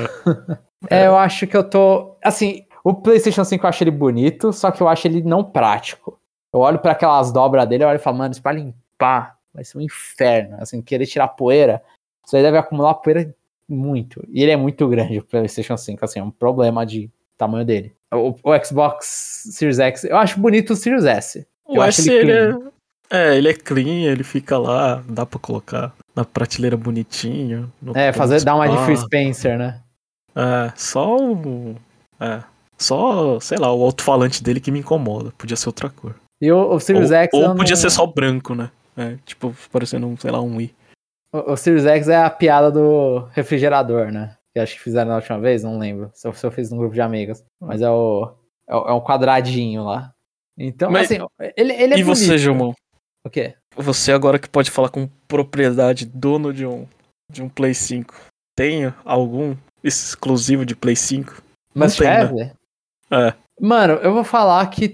É, eu acho que eu tô... Assim, o PlayStation cinco eu acho ele bonito, só que eu acho ele não prático. Eu olho pra aquelas dobras dele, eu olho e falo, mano, isso pra limpar vai ser um inferno. Assim, querer tirar poeira, isso aí deve acumular poeira muito. E ele é muito grande, o PlayStation cinco, assim, é um problema de tamanho dele. O, o Xbox Series X, eu acho bonito o Series S. O Eu S, acho ele ele clean. é, é, ele é clean, ele fica lá, dá pra colocar na prateleira bonitinho. no É, fazer, dar uma de Phil spa. Spencer, né? É, só o... É, só, sei lá, o alto-falante dele que me incomoda. Podia ser outra cor. E o, o Series ou X... ou eu podia não... ser só branco, né? É, tipo, parecendo, um, sei lá, um Wii. O, o Series X é a piada do refrigerador, né? Que acho que fizeram na última vez, não lembro. Se eu, se eu fiz num grupo de amigos. Mas é o... É, o- é um quadradinho lá. Então, Mas- assim, ele, ele é E bonito. você, Gilmão? O quê? Você agora que pode falar com propriedade, dono de um, de um Play cinco, tem algum exclusivo de Play cinco? Não Must tem, have? né? É. Mano, eu vou falar que,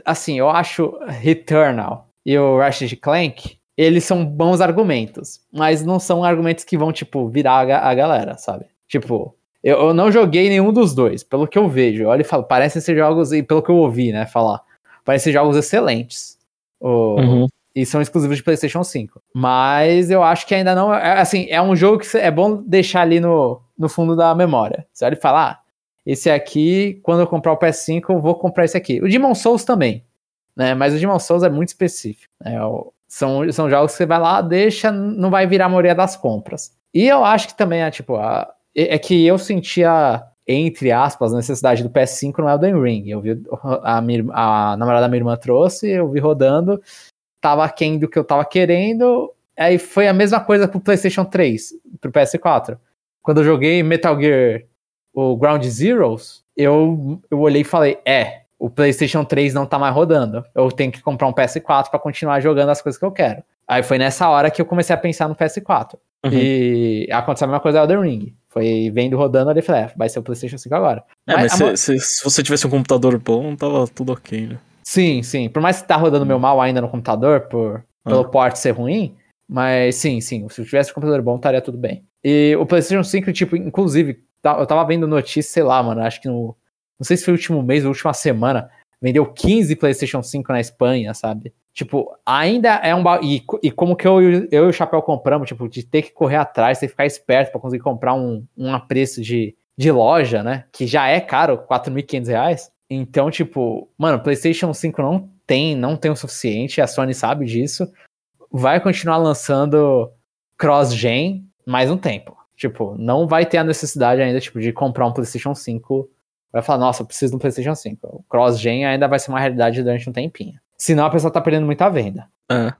assim, eu acho Returnal e o Ratchet and Clank, eles são bons argumentos, mas não são argumentos que vão, tipo, virar a, ga- a galera, sabe? Tipo, eu, eu não joguei nenhum dos dois, pelo que eu vejo. Eu olho e falo, parecem ser jogos, e pelo que eu ouvi, né, falar, parecem jogos excelentes. O, Uhum. E são exclusivos de PlayStation cinco. Mas eu acho que ainda não... É, assim, é um jogo que cê- é bom deixar ali no, no fundo da memória. Você olha e fala, ah, esse aqui, quando eu comprar o P S cinco, eu vou comprar esse aqui. O Demon's Souls também, né? Mas o Demon's Souls é muito específico. Né? O- São, são jogos que você vai lá, deixa, não vai virar a maioria das compras. E eu acho que também é, tipo... A, é é que eu sentia, entre aspas, a necessidade do P S cinco no Elden Ring. Eu vi a, minha, a namorada da minha irmã trouxe, eu vi rodando... Tava aquém do que eu tava querendo. Aí foi a mesma coisa pro PlayStation três, pro P S quatro. Quando eu joguei Metal Gear, o Ground Zeroes, eu, eu olhei e falei, é, o PlayStation três não tá mais rodando. Eu tenho que comprar um P S quatro pra continuar jogando as coisas que eu quero. Aí foi nessa hora que eu comecei a pensar no P S quatro. Uhum. E aconteceu a mesma coisa no Elden Ring. Foi vendo rodando ali e falei, é, vai ser o PlayStation cinco agora. É, mas, a mo- se, se, se você tivesse um computador bom, tava tudo ok, né? Sim, sim. Por mais que tá rodando meu mal ainda no computador, por, pelo Ah. port ser ruim, mas sim, sim. Se eu tivesse um computador bom, estaria tudo bem. E o PlayStation cinco, tipo, inclusive, tá- eu tava vendo notícia, sei lá, mano, acho que no... Não sei se foi o último mês ou última semana, vendeu quinze PlayStation cinco na Espanha, sabe? Tipo, ainda é um... ba- E, co- e como que eu, e- eu e o Chapéu compramos, tipo, de ter que correr atrás, ter que ficar esperto pra conseguir comprar um, um a preço de, de loja, né? Que já é caro, quatro mil e quinhentos reais. Então, tipo, mano, PlayStation cinco não tem, não tem o suficiente, a Sony sabe disso. Vai continuar lançando cross-gen mais um tempo. Tipo, não vai ter a necessidade ainda, tipo, de comprar um PlayStation cinco. Vai falar, nossa, eu preciso de um PlayStation cinco. O cross-gen ainda vai ser uma realidade durante um tempinho. Senão a pessoa tá perdendo muita venda. É.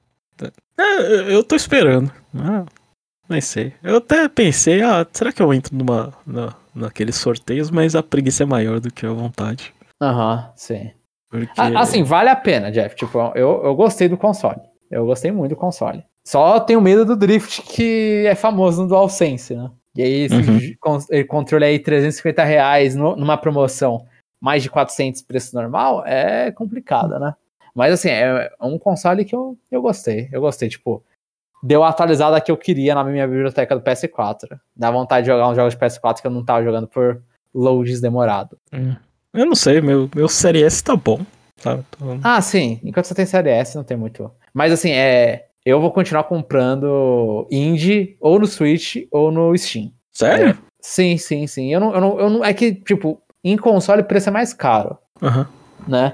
É, eu tô esperando. Ah, nem sei. Eu até pensei, ah, será que eu entro numa, na, naqueles sorteios, mas a preguiça é maior do que a vontade. Aham, sim. Porque. A- Assim, vale a pena, Jeff. Tipo, eu, eu gostei do console. Eu gostei muito do console. Só tenho medo do drift que é famoso no DualSense, né? E aí, esse Uhum. j- con- ele controle aí trezentos e cinquenta reais no- numa promoção, mais de quatrocentos preço normal, é complicado, né? Mas assim, é um console que eu, eu gostei. Eu gostei, tipo, deu a atualizada que eu queria na minha biblioteca do P S quatro. Dá vontade de jogar uns jogos de P S quatro que eu não tava jogando por loads demorado. Hum. Eu não sei, meu, meu Série S tá bom. Tá, tô- Ah, sim. Enquanto você tem Série S, não tem muito. Mas assim, é. Eu vou continuar comprando indie ou no Switch ou no Steam. Sério? É, sim, sim, sim. Eu não, eu não, eu não. É que, tipo, em console o preço é mais caro, Aham. né?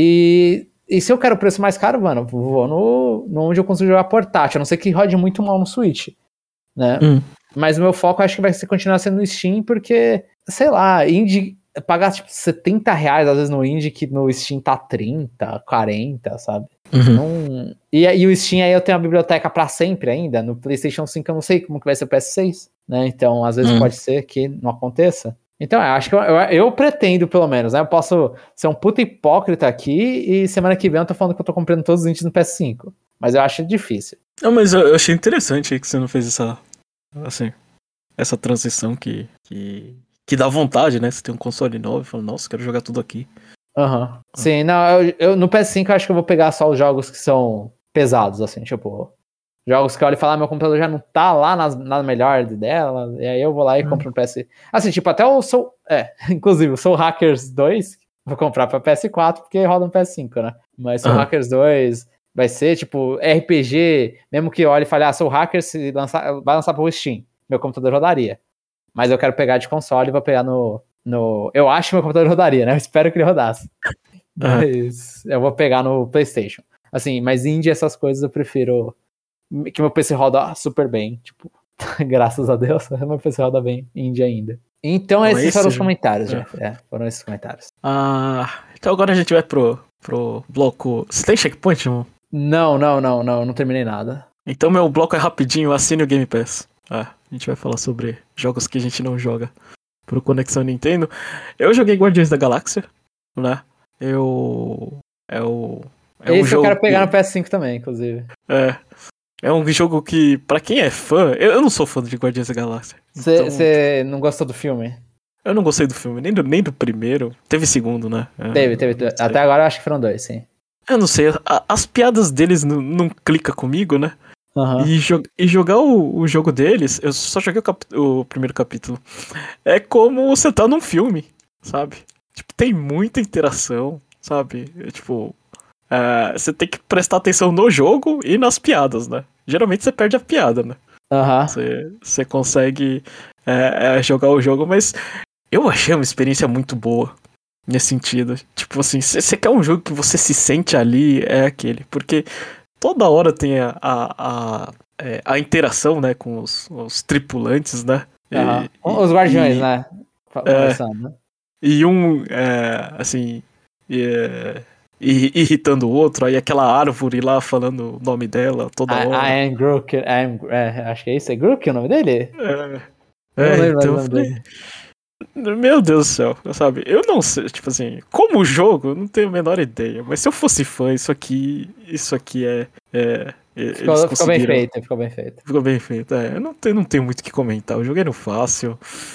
E, e se eu quero o preço mais caro, mano, vou no, no onde eu consigo jogar portátil. A não ser que rode muito mal no Switch, né? Hum. Mas o meu foco acho que vai ser continuar sendo no Steam, porque, sei lá, indie. Pagar tipo setenta reais às vezes no indie, que no Steam tá trinta, quarenta, sabe? Uhum. Não... E, e o Steam aí eu tenho a biblioteca pra sempre ainda. No PlayStation cinco eu não sei como que vai ser o P S seis, né? Então às vezes Hum. pode ser que não aconteça. Então eu acho que eu, eu, eu pretendo pelo menos, né? Eu posso ser um puta hipócrita aqui e semana que vem eu tô falando que eu tô comprando todos os indies no P S cinco. Mas eu acho difícil. Não, mas eu, eu achei interessante aí que você não fez essa. Assim. Essa transição que. que... Que dá vontade, né? Você tem um console novo e fala, nossa, quero jogar tudo aqui. Aham. Sim, não, eu, eu- no P S cinco eu acho que eu vou pegar só os jogos que são pesados, assim, tipo. Jogos que eu olho e falo, ah, meu computador já não tá lá nas, na melhor dela, e aí eu vou lá e Hum. compro no P S. Assim, tipo, até o Soul. É, inclusive, o Soul Hackers dois, vou comprar pra P S quatro porque roda no P S cinco, né? Mas Soul Aham. Hackers dois vai ser, tipo, R P G, mesmo que eu olhe e fale, ah, Soul Hackers se lançar, vai lançar pro Steam, meu computador rodaria. Mas eu quero pegar de console e vou pegar no. no eu acho que meu computador rodaria, né? Eu espero que ele rodasse. Mas eu vou pegar no PlayStation. Assim, mas indie, essas coisas eu prefiro. Que meu P C roda super bem. Tipo, graças a Deus, meu P C roda bem indie ainda. Então, Bom, esses esse foram os já- comentários, é. Jeff. É, foram esses comentários. Ah, então agora a gente vai pro, pro bloco. Você tem checkpoint, irmão? Não, não, não, não, não terminei nada. Então meu bloco é rapidinho, assine o Game Pass. Ah, a gente vai falar sobre jogos que a gente não joga pro Conexão Nintendo. Eu joguei Guardiões da Galáxia, né? Eu. É o. É um Esse eu jogo quero pegar que- no P S cinco também, inclusive. É. É um jogo que, pra quem é fã. Eu, eu não sou fã de Guardiões da Galáxia. Você Então, não gostou do filme? eu não gostei do filme, nem do, nem do primeiro. Teve segundo, né? É, Teve, teve. não sei. Até agora eu acho que foram dois, sim. Eu não sei, a- as piadas deles não, não clica comigo, né? Aham. E, jo- e jogar o, o jogo deles, eu só joguei o, cap- o primeiro capítulo. É como você tá num filme, sabe? Tipo, tem muita interação, sabe? É, tipo, é, você tem que prestar atenção no jogo e nas piadas, né? Geralmente você perde a piada, né? Aham. Você, você consegue é, é, jogar o jogo, mas eu achei uma experiência muito boa nesse sentido. Tipo assim, se você quer um jogo que você se sente ali, é aquele. Porque toda hora tem a, a, a, é, a interação, né, com os, os tripulantes, né? Aham. E, e, Os guardiões, e, né? Fa- é, Conversando, né? e um, é, assim, é, irri- irritando o outro, aí aquela árvore lá falando o nome dela toda I, I hora. am Grook. I am, é, acho que é isso. É Grook o nome dele? É, Eu não é, lembro mais o então eu nome falei, dele. meu Deus do céu, sabe? Eu não sei, tipo assim, como jogo, eu não tenho a menor ideia. Mas se eu fosse fã, isso aqui, isso aqui é, é e- eles Ficou, ficou bem conseguiram. feito, ficou bem feito. Ficou bem feito. É, eu não tenho, não tenho muito o que comentar. Eu joguei no fácil.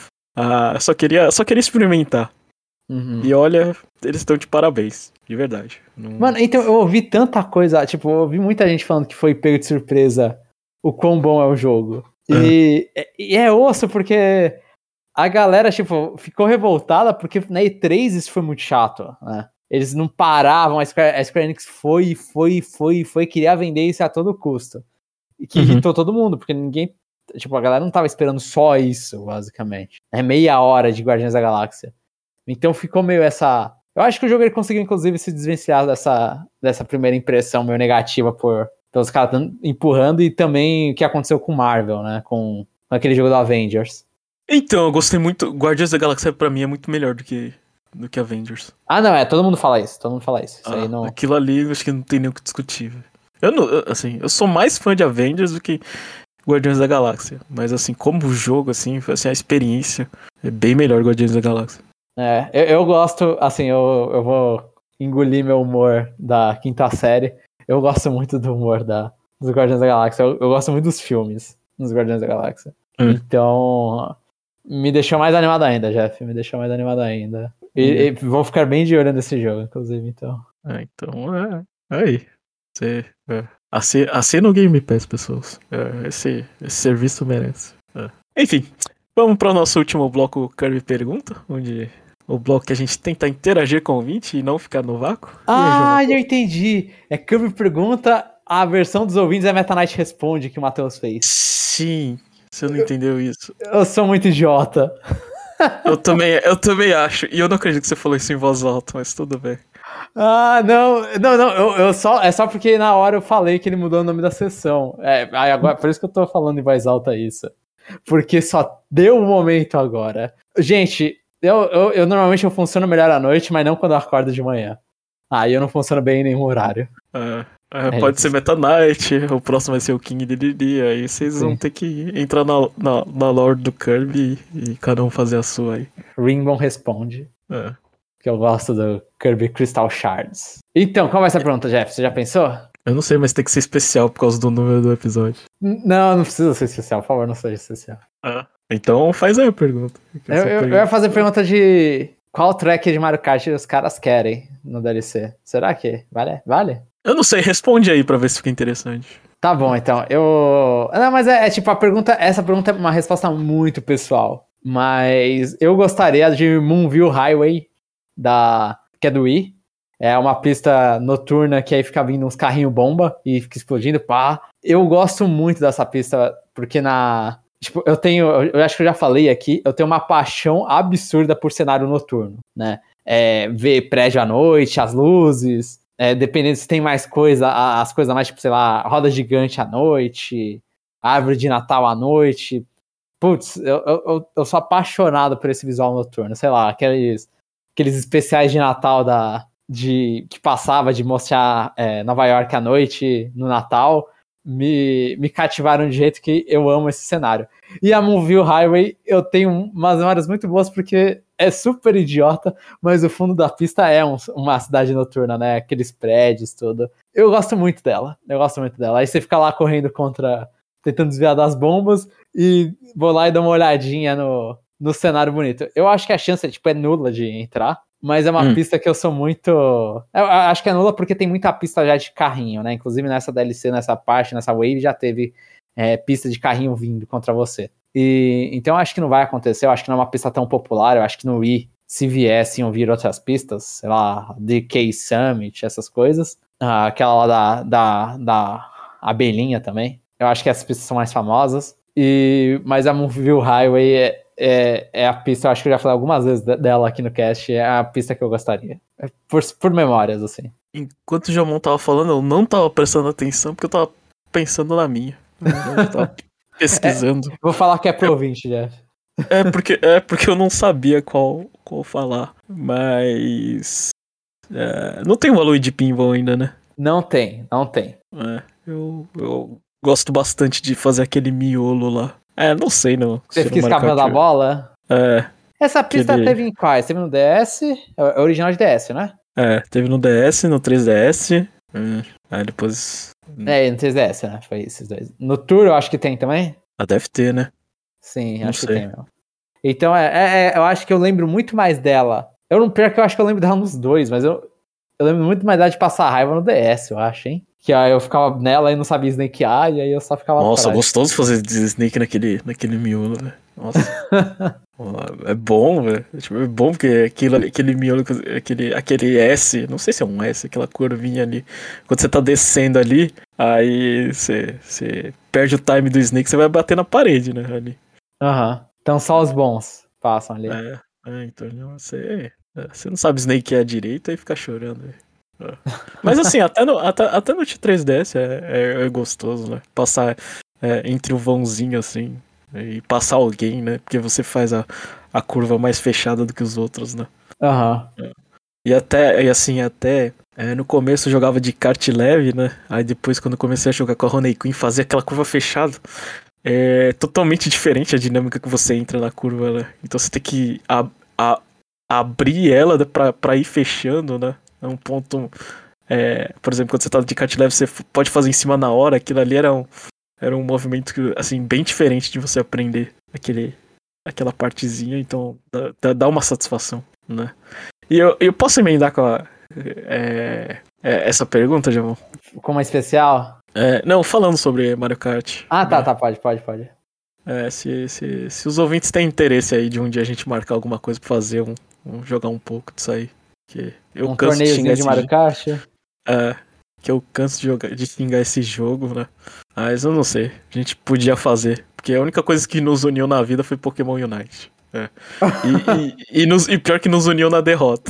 Ah, eu só queria, só queria experimentar. Uhum. E olha, eles estão de parabéns, de verdade. Não- Mano, então eu ouvi tanta coisa, tipo, eu ouvi muita gente falando que foi pego de surpresa o quão bom é o jogo. E, e é osso porque a galera, tipo, ficou revoltada porque na E três isso foi muito chato, né? Eles não paravam, a Square, a Square Enix foi, foi, foi, foi, queria vender isso a todo custo. E que Uhum. irritou todo mundo, porque ninguém, tipo, a galera não tava esperando só isso, basicamente. É meia hora de Guardiões da Galáxia. Então ficou meio essa... Eu acho que o jogo ele conseguiu, inclusive, se desvencilhar dessa, dessa primeira impressão meio negativa por pelos caras tão empurrando e também o que aconteceu com Marvel, né? Com, com aquele jogo do Avengers. Então, eu gostei muito. Guardiões da Galáxia pra mim é muito melhor do que, do que Avengers. Ah, não, é, todo mundo fala isso, todo mundo fala isso. Isso Ah, aí não... aquilo ali eu acho que não tem nem o que discutir. velho. Eu não, eu- assim, eu sou mais fã de Avengers do que Guardiões da Galáxia. Mas assim, como jogo, assim, assim, a experiência é bem melhor Guardiões da Galáxia. É, eu, eu gosto, assim, eu, eu vou engolir meu humor da quinta série. Eu gosto muito do humor da, dos Guardiões da Galáxia. Eu, eu gosto muito dos filmes dos Guardiões da Galáxia. Hum. Então, me deixou mais animado ainda, Jeff. Me deixou mais animado ainda. E, Hum. e vou ficar bem de olho nesse jogo, inclusive, então. Ah, então, é. Aí. Você, é. Assi- Assina o Game Pass, pessoas. É, esse, esse serviço merece. É. Enfim, vamos para o nosso último bloco Kirby Pergunta, onde o bloco que a gente tenta interagir com o ouvinte e não ficar no vácuo. E aí, Ah, João? eu entendi. É Kirby pergunta, a versão dos ouvintes é Meta Knight responde que o Matheus fez. Sim, você não entendeu isso. Eu sou muito idiota. Eu também, eu também acho. E eu não acredito que você falou isso em voz alta, mas tudo bem. Ah, não, não, não, eu, eu só, é só porque na hora eu falei que ele mudou o nome da sessão. É, aí agora, por isso que eu tô falando em voz alta isso. Porque só deu um momento agora. Gente, eu, eu, eu normalmente eu funciono melhor à noite, mas não quando eu acordo de manhã. Aí eu não funciono bem em nenhum horário. É, é, É pode isso. ser Meta Knight, o próximo vai ser o King Dedede, aí vocês Sim. vão ter que entrar na, na, na lore do Kirby e, e cada um fazer a sua aí. Ringbon responde. É. Que eu gosto do Kirby Crystal Shards. Então, qual vai ser a pergunta, Jeff? Você já pensou? Eu não sei, mas tem que ser especial por causa do número do episódio. N- Não, não precisa ser especial, por favor, não seja especial. Ah. Então faz aí a pergunta. Que Eu, essa eu, eu pergunta- ia fazer pergunta de qual track de Mario Kart os caras querem no D L C. Será que vale? Vale? Eu não sei, responde aí pra ver se fica interessante. Tá bom, então. Eu. Não, mas é, é tipo a pergunta. Essa pergunta é uma resposta muito pessoal. Mas eu gostaria de Moonview Highway, da, que é do Wii. É uma pista noturna que aí fica vindo uns carrinhos bomba e fica explodindo, pá. Eu gosto muito dessa pista, porque na. Tipo, eu tenho. Eu acho que eu já falei aqui, eu tenho uma paixão absurda por cenário noturno, né? É, ver prédio à noite, as luzes. É, dependendo se tem mais coisa, a- as coisas mais, tipo, sei lá, roda gigante à noite, árvore de Natal à noite. Putz, eu, eu, eu- eu sou apaixonado por esse visual noturno. Sei lá, aqueles, aqueles especiais de Natal da, de, que passava de mostrar é, Nova York à noite no Natal me, me cativaram de jeito que eu amo esse cenário. E a Moonview Highway, eu tenho umas memórias muito boas porque é super idiota, mas o fundo da pista é um- uma cidade noturna, né? Aqueles prédios, tudo. Eu gosto muito dela, eu gosto muito dela. Aí você fica lá correndo contra, tentando desviar das bombas e vou lá e dou uma olhadinha no, no cenário bonito. Eu acho que a chance tipo, é nula de entrar, Mas é uma Hum. pista que eu sou muito... Eu acho que é nula porque tem muita pista já de carrinho, né? Inclusive nessa D L C, nessa parte, nessa wave, já teve é, pista de carrinho vindo contra você. E, então eu acho que não vai acontecer, eu acho que não é uma pista tão popular, eu acho que no Wii, se viessem vir outras pistas, sei lá, D K Summit, essas coisas, ah, aquela lá da, da, da abelhinha também, eu acho que essas pistas são mais famosas, e, mas a Movie Highway é, é, é a pista, eu acho que eu já falei algumas vezes dela aqui no cast, é a pista que eu gostaria, por, por memórias, assim. Enquanto o Jamon tava falando, eu não tava prestando atenção, porque eu tava pensando na minha. Eu tava pesquisando. Vou falar que é pro ouvinte, Jeff. É porque, é porque eu não sabia qual, qual falar. Mas. É, não tem o Aloy de Pinball ainda, né? Não tem, não tem. É, eu, eu gosto bastante de fazer aquele miolo lá. É, não sei não. Você fica escapando da bola? É. Essa pista aquele... teve em quais? Teve no D S? É original de D S, né? É, teve no D S, no três D S. É, aí depois. É, no três D S, né? Foi esses dois. No Tour eu acho que tem também? Ah, deve ter, né? Sim, Não acho sei. que tem mesmo. Então, é, é, é, eu acho que eu lembro muito mais dela. Eu não pior que eu acho que eu lembro dela nos dois, mas eu, eu lembro muito mais dela de passar raiva no D S, eu acho, hein? Que aí eu ficava nela e não sabia snakear, e aí eu só ficava Nossa, atrás. gostoso fazer snake naquele, naquele miolo, velho. Nossa. É bom, velho. Tipo, é bom porque aquilo, aquele miolo, aquele, aquele S, não sei se é um S, aquela curvinha ali. Quando você tá descendo ali, aí você, você perde o time do snake, você vai bater na parede, né? Ali. Aham. Uhum. Então só os bons passam ali. É, é então você, você não sabe snakear direito e fica chorando, velho. Mas assim, até no, até, até no T três D S é, é, é gostoso, né? Passar é, entre o vãozinho assim e passar alguém, né? Porque você faz a, a curva mais fechada do que os outros, né? Aham. Uhum. E até, e assim, até é, no começo eu jogava de kart leve, né? Aí depois, quando eu comecei a jogar com a Honey Queen, fazer aquela curva fechada. É totalmente diferente a dinâmica que você entra na curva, né? Então você tem que a, a, abrir ela pra, pra ir fechando, né? É um ponto. É, por exemplo, quando você tá de kart leve, você pode fazer em cima na hora. Aquilo ali era um, era um movimento assim, bem diferente de você aprender aquele, aquela partezinha. Então dá, dá uma satisfação, né? E eu, eu posso emendar com a, é, é, essa pergunta, Javon? Como é especial? É, não, falando sobre Mario Kart. Ah, tá, né? tá, pode, pode, pode. É, se, se, se os ouvintes têm interesse aí de um dia a gente marcar alguma coisa pra fazer, um, um jogar um pouco disso aí. Que eu um canso de xingar torneiozinho de esse Mario Kart? É, que eu canso de, jogar, de xingar esse jogo, né? Mas eu não sei, a gente podia fazer. Porque a única coisa que nos uniu na vida foi Pokémon Unite. É. E, e, e, nos, e pior que nos uniu na derrota.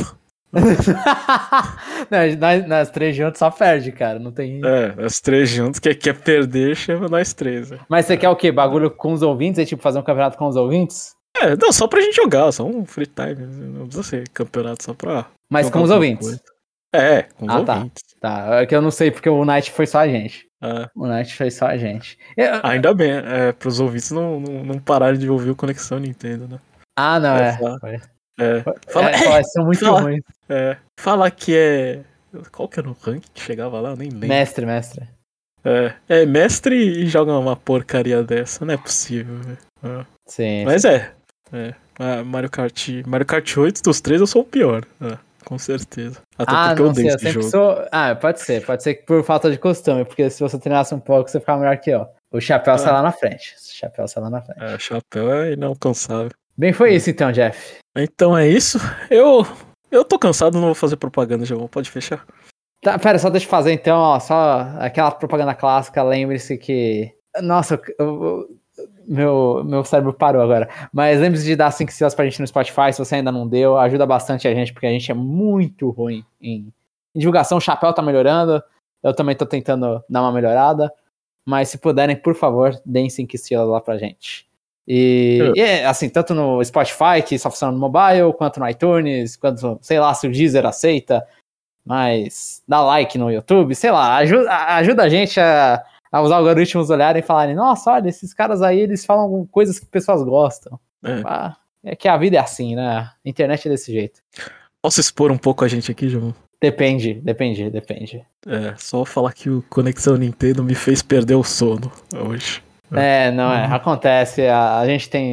Não, nós, nós três juntos só perde, cara. Não tem. É, as três juntos, quer, quer perder, chama nós três. Né? Mas você é. quer o quê? Bagulho com os ouvintes? É tipo fazer um campeonato com os ouvintes? É, não, só pra gente jogar, só um free time. Não precisa ser campeonato só pra. Mas com os ouvintes. Coisa. É, com os ah, ouvintes. Tá, tá. É que eu não sei porque o Night foi só a gente. É. O Night foi só a gente. Eu... Ainda bem, é, pros ouvintes não, não, não pararem de ouvir o Conexão Nintendo, né? Ah, não, é. é. É. Fala, é, é são muito fala, ruins. É. Fala que é. Qual que era o rank que chegava lá? Eu nem lembro. Mestre, mestre. É, é mestre e joga uma porcaria dessa. Não é possível, velho. É. Sim. Mas sim. é. É. Mario Kart. Mario Kart oito dos três eu sou o pior. É, com certeza. Até ah, porque não eu odeio sei, eu esse sempre jogo. sou. Ah, pode ser. Pode ser que por falta de costume, porque se você treinasse um pouco, você ficava melhor que eu. O chapéu ah. sai lá na frente. O chapéu sai lá na frente. É, o chapéu é inalcançável. Bem, foi isso então, Jeff. Então é isso. Eu. Eu tô cansado, não vou fazer propaganda, já pode fechar. Tá, pera, só deixa eu fazer então, ó, só aquela propaganda clássica, lembre-se que... Nossa, eu, eu, meu, meu cérebro parou agora. Mas lembre-se de dar cinco estrelas pra gente no Spotify, se você ainda não deu, ajuda bastante a gente, porque a gente é muito ruim em, em divulgação. O chapéu tá melhorando, eu também tô tentando dar uma melhorada, mas se puderem, por favor, deem cinco estrelas lá pra gente. E, é. e assim, tanto no Spotify, que só funciona no mobile, quanto no iTunes, quanto, sei lá, se o Deezer aceita, mas dá like no YouTube, sei lá, ajuda, ajuda a gente a, a os algoritmos olharem e falarem, nossa, olha, esses caras aí, eles falam coisas que pessoas gostam. É, ah, é que a vida é assim, né? A internet é desse jeito. Posso expor um pouco a gente aqui, João? Depende, depende, depende. É, só falar que o Conexão Nintendo me fez perder o sono hoje. É, não é, acontece, a, a gente tem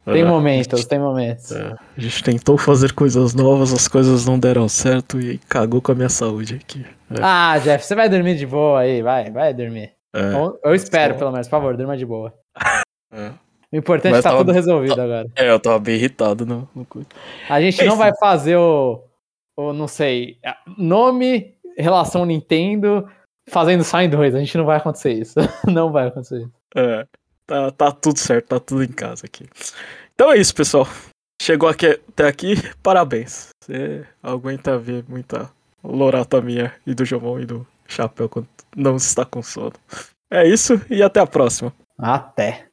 Tem É, momentos, tem momentos. é, a gente tentou fazer coisas novas, as coisas não deram certo e cagou com a minha saúde aqui. É, Ah, Jeff, você vai dormir de boa aí, vai, vai dormir. é, Ou- Eu espero, só- pelo menos, por favor, durma de boa. é. O importante é Mas que tá tava- tudo resolvido agora. É, eu tava bem irritado no, no coisa. A gente É não isso. vai fazer o, o, não sei, nome, relação Nintendo, fazendo só em dois. A gente não vai acontecer isso. Não vai acontecer isso. É, tá, tá tudo certo, tá tudo em casa aqui. Então é isso, pessoal. Chegou aqui, até aqui, parabéns. Você aguenta ver muita lorata minha e do Jomon e do Chapéu quando não está com sono. É isso e até a próxima. Até.